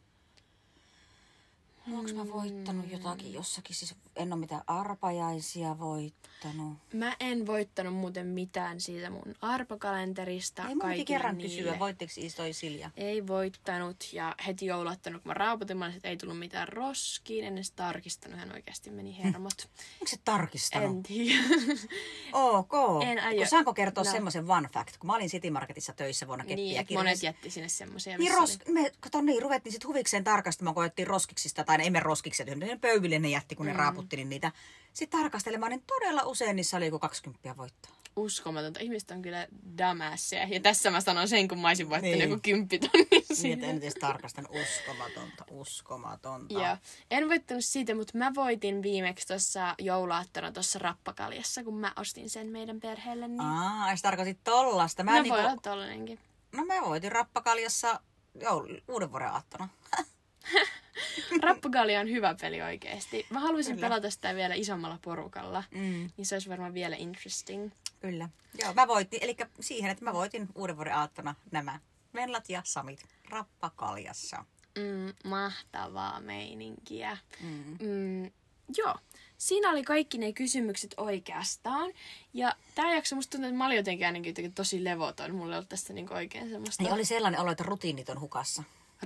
Hmm. Onko mä voittanut jotakin jossakin? Siis en ole mitään arpajaisia voittanut. Mä en voittanut muuten mitään siitä mun arpakalenterista. Ei mun piti kerran niille. Kysyä, voitteko toi Silja? Ei voittanut ja heti jouluttanut, kun mä raaputin, mä että ei tullut mitään roskiin. En edes tarkistanut, hän oikeasti meni hermot. Onko se tarkistanut? En tiedä. Ok. En aio. Saanko kertoa no. semmoisen one fact? Kun mä olin City Marketissa töissä vuonna keppiä niin, kirjassa. Monet jätti sinne semmoisia. Niin, ros- me, kato niin, ruvettiin sit huvikseen tarkastamaan, kun otettiin roskiksista, tai ne emme roskikset, ne pöydille ne jätti, kun ne mm. raaputti niin niitä. Sitten tarkastelemaan, niin todella usein niissä oli joku kaksikymmentä voittoa. Uskomatonta. Ihmiset on kyllä damässiä. Ja tässä mä sanon sen, kun mä olisin voittanut niin. joku kymppitonni. Niin, että en edes tarkastan. Uskomatonta, uskomatonta. Joo. En voittanut siitä, mutta mä voitin viimeksi tuossa jouluaattona tuossa Rappakaljassa, kun mä ostin sen meidän perheelle. Niin... Aa, sä tarkoitit tollasta. Mä no niinku... voi olla tollanenkin. No mä voitin Rappakaljassa joul- uuden vuoden aattona. Rappakalja on hyvä peli oikeesti. Mä haluaisin Kyllä. pelata sitä vielä isommalla porukalla, mm. niin se olisi varmaan vielä interesting. Kyllä. Joo, mä voitin, eli siihen, että mä voitin uuden vuoden aattona nämä Venlat ja Samit Rappakaljassa. Mm, mahtavaa meininkiä. Mm. Mm, joo, siinä oli kaikki ne kysymykset oikeastaan. Ja tää jakso musta tuntuu, että mä olin jotenkin ainakin tosi levoton. Mulla ei ollut tästä niinku oikein semmoista... Ei, oli sellainen olo, että rutiinit on hukassa.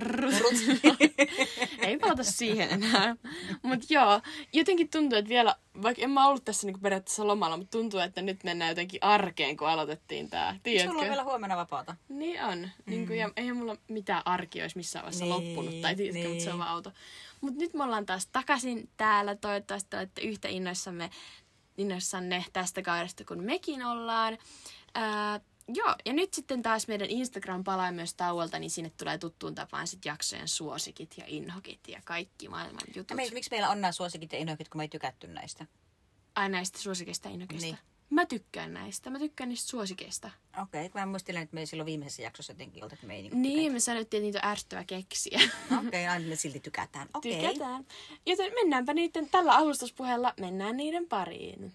Ei palata siihen enää. Mutta joo, jotenkin tuntuu, että vielä, vaikka en mä ollut tässä niinku periaatteessa lomalla, mutta tuntuu, että nyt mennään jotenkin arkeen, kun aloitettiin tää. Tiedätkö? Sulla on vielä huomenna vapaata. Niin on. Mm. Niin kuin, ja eihän mulla mitään arki olisi missään vaiheessa niin, loppunut, tai tiedätkö, niin. mutta se on vaan auto. Mutta nyt me ollaan taas takaisin täällä. Toivottavasti olette yhtä innoissamme, innoissanne tästä kaudesta, kun mekin ollaan. Ää, Joo, ja nyt sitten taas meidän Instagram palaa myös tauolta, niin sinne tulee tuttuun tapaan sit jaksojen suosikit ja inhokit ja kaikki maailman jutut. Ja me, miksi meillä on nämä suosikit ja inhokit, kun me ei tykätty näistä? Ai näistä suosikeista ja inhokista? Niin. Mä tykkään näistä. Mä tykkään niistä suosikeista. Okei, okay, kun mä muistelen, että me silloin viimeisessä jaksossa jotenkin oltiin, että me ei niinku Niin, tykätä. Me sanottiin, että niitä on ärsyttävä keksiä. Okei, okay, aina me silti tykätään. Okay. Tykätään. Joten mennäänpä niiden, tällä alustuspuheella mennään niiden pariin.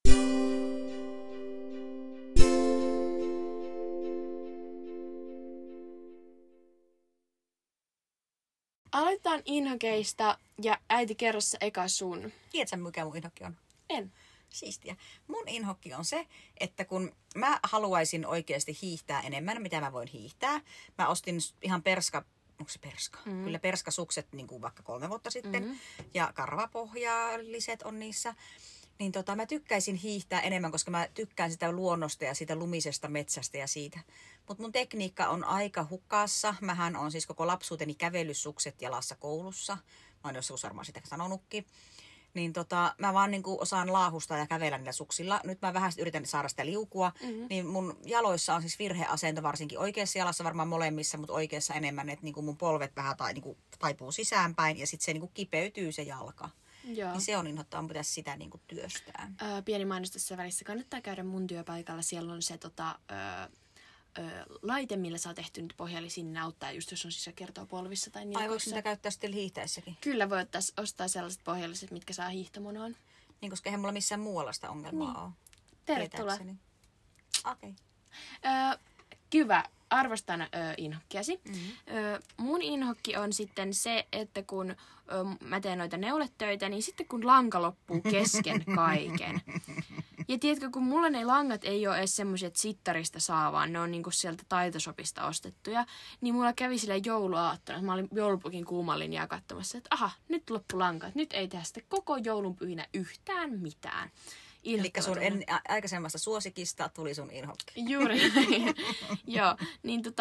Aloitetaan inhokeista ja äiti kerro se eka sun. Tiedätkö mikä mun inhokki on? En. Siistiä. Mun inhokki on se, että kun mä haluaisin oikeasti hiihtää enemmän, mitä mä voin hiihtää. Mä ostin ihan perska, onko se perska? Mm. Kyllä perskasukset niin kuin vaikka kolme vuotta sitten. Mm. Ja karvapohjaalliset on niissä. Niin tota, mä tykkäisin hiihtää enemmän, koska mä tykkään sitä luonnosta ja siitä lumisesta metsästä ja siitä. Mutta mun tekniikka on aika hukassa. Mähän on siis koko lapsuuteni kävellyssukset jalassa koulussa. Mä oon jossain varmaan sitä sanonutkin. Niin tota, mä vaan niinku osaan laahustaa ja kävellä niillä suksilla. Nyt mä vähän yritän saada sitä liukua. Mm-hmm. Niin mun jaloissa on siis virheasento varsinkin oikeassa jalassa, varmaan molemmissa, mutta oikeassa enemmän. Että niinku mun polvet vähän tai, niinku, taipuu sisäänpäin ja sitten se niinku kipeytyy se jalka. Joo. Niin se on inhottavaa, pitäisi sitä niinku työstää. Öö, pieni mainos tässä välissä. Kannattaa käydä mun työpaikalla. Siellä on se tota, öö, öö, laite, millä saa tehty nyt pohja, eli sinne auttaa just jos on sisäkertoa polvissa tai nilkoissa. Ai voiko sitä käyttää sitten hiihtäessäkin? Kyllä voi ottaa, ostaa sellaiset pohjalliset, mitkä saa hiihtomonoon. Niin, koska eihän mulla missään muualla sitä ongelmaa niin. ole. Tervetuloa. Okei. Okay. Öö, Hyvä. Arvostan ö, inhokkiasi. Mm-hmm. Ö, mun inhokki on sitten se, että kun ö, mä teen noita neuletöitä, niin sitten kun lanka loppuu kesken kaiken. Ja tiedätkö, kun mulla ne langat ei ole edes semmoisia, että sittarista saa, vaan ne on niinku sieltä taitosopista ostettuja, niin mulla kävi sillä jouluaattona. Mä olin joulupukin kuuman linjaa katsomassa, että aha, nyt loppu lankat. Nyt ei tehdä sitten koko joulunpyhinä yhtään mitään. Eli sun en, a, aikaisemmasta suosikista tuli sun inhokki. Juuri. Joo, niin tota,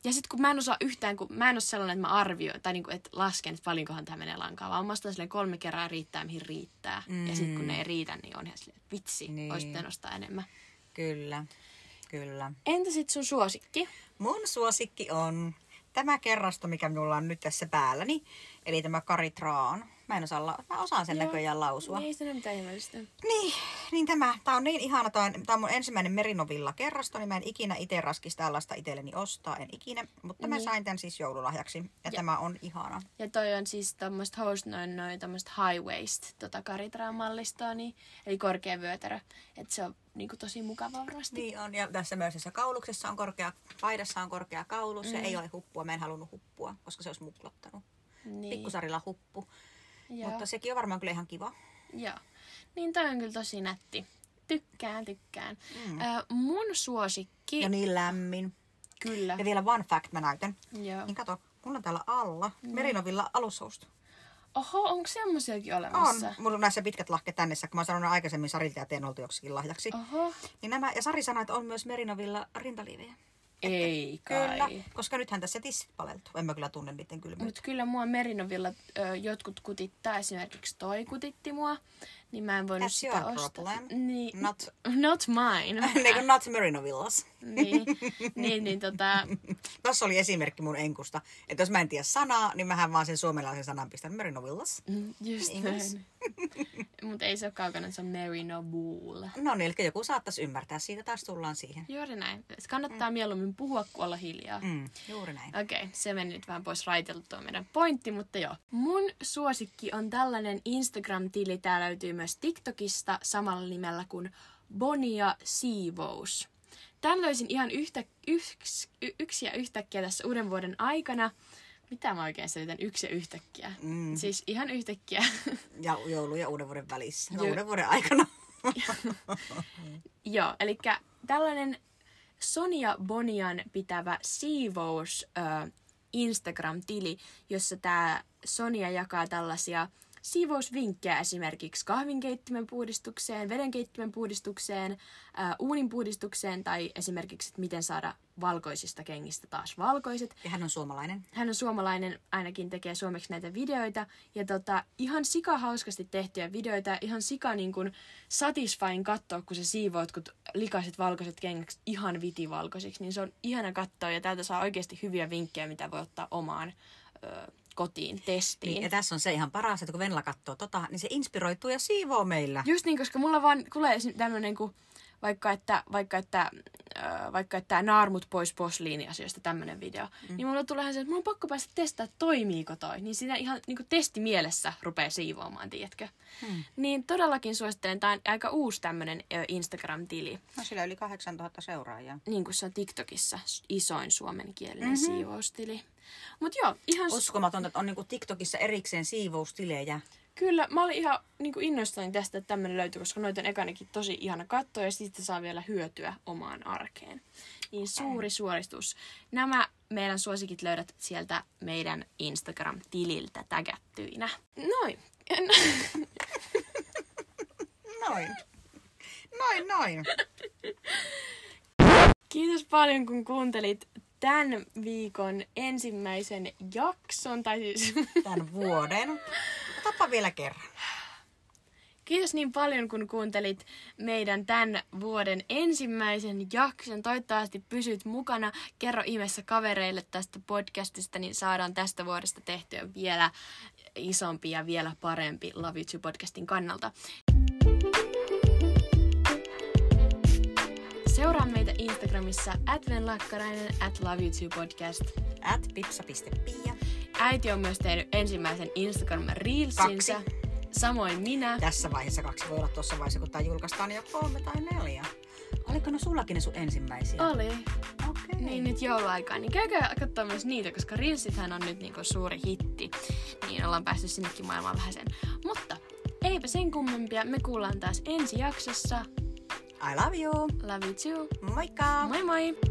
Ja sit kun mä en osaa yhtään, kun mä en ole sellainen, että mä arvioin, tai niinku, että lasken, että paljonkohan tää menee lankaa, vaan mä ostan silleen kolme kertaa riittää, mihin riittää. Mm. Ja sit kun ne ei riitä, niin on ihan silleen, että vitsi, niin. Ois pitänyt ostaa enemmän. Kyllä, kyllä. Entä sit sun suosikki? Mun suosikki on tämä kerrasto, mikä minulla on nyt tässä päälläni. Eli tämä Karitraan. Mä en osaa, la- mä osaan sen Joo. näköjään lausua. Ei se ole mitään ihmeellistä. Niin, niin tämä. Tää on niin ihana. Tää on, tää on mun ensimmäinen Merinovilla kerrasto, niin mä en ikinä itse raskisi tällaista itselleni ostaa. En ikinä. Mutta niin. Mä sain tän siis joululahjaksi. Ja, ja tämä on ihana. Ja toi on siis tommoista host noin noin tommoista high waist tota Karitraan mallistoa, niin, eli korkea vyötärö. Että se on niinku tosi mukava varmasti. Niin on. Ja tässä myös tässä kauluksessa on korkea, paidassa on korkea kaulus. Mm. Ja ei ole huppua. Mä en halunnut huppua, koska se olisi muklottanut. Niin. Pikkusarilla huppu. Joo. Mutta sekin on varmaan kyllä ihan kiva. Joo. Niin toi on kyllä tosi nätti. Tykkään, tykkään. Mm. Ö, mun suosikki... Ja niin lämmin. Kyllä. Ja vielä one fact mä näytän. Joo. Niin kato, mulla on täällä alla mm. Merinovilla alushousta. Oho, onko semmosiakin olemassa? On. Mulla on näissä pitkät lahket tänne, kun mä sanoin aikaisemmin Sarilta ja teen oltu joksikin lahjaksi. Oho. Niin nämä, ja Sari sanoi, että on myös Merinovilla rintaliivejä. Ei kai. Kyllä, koska nythän tässä tissit paleltuu. En mä kyllä tunne niiden kylmyyttä. Mutta kyllä mua Merinovilla ö, jotkut kutittaa. Esimerkiksi toi kutitti mua. Niin mä en voinut That's sitä your ostaa. problem. Niin, Not, not mine. niin kuin not Merinovillas. niin, niin, niin tota... Tuossa oli esimerkki mun enkusta. Että jos mä en tiedä sanaa, niin mähän vaan sen suomalaisen sanan pistän Merinovillas. Just näin. Mutta ei se ole kaukana, se on Merinobull. No niin, eli joku saattaisi ymmärtää. Siitä taas tullaan siihen. Juuri näin. Kannattaa mm. mieluummin puhua kuin olla hiljaa. Mm, juuri näin. Okei, okay, se meni nyt vähän pois raiteltu tuo meidän pointti, mutta joo. Mun suosikki on tällainen Instagram-tili. Tää löytyy myös TikTokista samalla nimellä kuin Bonia Siivous. Tän löysin ihan yhtä, yks, y, yksi ja yhtäkkiä tässä uuden vuoden aikana. Mitä mä oikein selitän? Yksi ja yhtäkkiä. Mm. Siis ihan yhtäkkiä. Ja joulu ja uuden vuoden välissä. No, uuden vuoden aikana. Joo, eli tällainen Sonia Bonian pitävä siivous äh, Instagram-tili, jossa tää Sonia jakaa tällaisia siivousvinkkejä esimerkiksi kahvinkeittimen puhdistukseen, vedenkeittimen puhdistukseen, ää, uunin puhdistukseen tai esimerkiksi, että miten saada valkoisista kengistä taas valkoiset. Ja hän on suomalainen. Hän on suomalainen, ainakin tekee suomeksi näitä videoita. Ja tota, ihan sika hauskasti tehtyjä videoita, ihan sika niin kuin satisfying katsoa, kun sä siivoat, kun likaiset valkoiset kengäksi ihan vitivalkoisiksi. Niin se on ihana katsoa ja täältä saa oikeasti hyviä vinkkejä, mitä voi ottaa omaan öö, kotiin testiin. Niin, ja tässä on se ihan paras, että kun Venla katsoo tota, niin se inspiroituu ja siivoo meillä. Just niin, koska mulla vaan tulee tämmönen kuin vaikka että, vaikka että, äh, vaikka että naarmut pois posliiniasioista tämmönen video, mm. niin mulla tulee se, että mulla on pakko päästä testaa, että toimiiko toi. Niin siinä ihan niin kuin testimielessä rupeaa siivoamaan, tiedätkö? Mm. Niin todellakin suosittelen, tää on aika uusi tämmönen äh, Instagram-tili. No sillä yli kahdeksantuhatta seuraajaa. Niin kuin se on TikTokissa isoin suomenkielinen mm-hmm. siivoustili. Mut joo, ihan... Uskomatonta, että on niinku TikTokissa erikseen siivoustilejä. Kyllä, mä olin ihan niin kuin innoissani tästä, että tämmöinen löytyy, koska noita on ekanakin tosi ihana katsoa ja sitten saa vielä hyötyä omaan arkeen. Niin suuri suoritus. Nämä meidän suosikit löydät sieltä meidän Instagram-tililtä tägättyinä. Noin. Noin. Noin, noin. Kiitos paljon, kun kuuntelit tämän viikon ensimmäisen jakson, tai siis... Tämän vuoden. Otapa vielä kerran. Kiitos niin paljon, kun kuuntelit meidän tämän vuoden ensimmäisen jakson. Toivottavasti pysyt mukana. Kerro ihmeessä kavereille tästä podcastista, niin saadaan tästä vuodesta tehtyä vielä isompi ja vielä parempi Love You Too podcastin kannalta. Seuraa meitä Instagramissa at venlakkarainen, at Love You Too podcast, at pipsa piste pia. Äiti on myös tehnyt ensimmäisen Instagram-reelsinsä. Kaksi. Samoin minä. Tässä vaiheessa kaksi. Voi olla tuossa vaiheessa, kun tämä julkaistaan jo kolme tai neljä. Oliko ne sullakin ne sun ensimmäisiä? Oli. Okei. Okay. Niin nyt jouluaikaan. Niin käykää katsoa myös niitä, koska reelsithän on nyt niinku suuri hitti. Niin ollaan päästy sinnekin maailmaan vähän sen. Mutta eipä sen kummempia. Me kuullaan taas ensi jaksossa. I love you. Love you too. Moikka. Moi moi.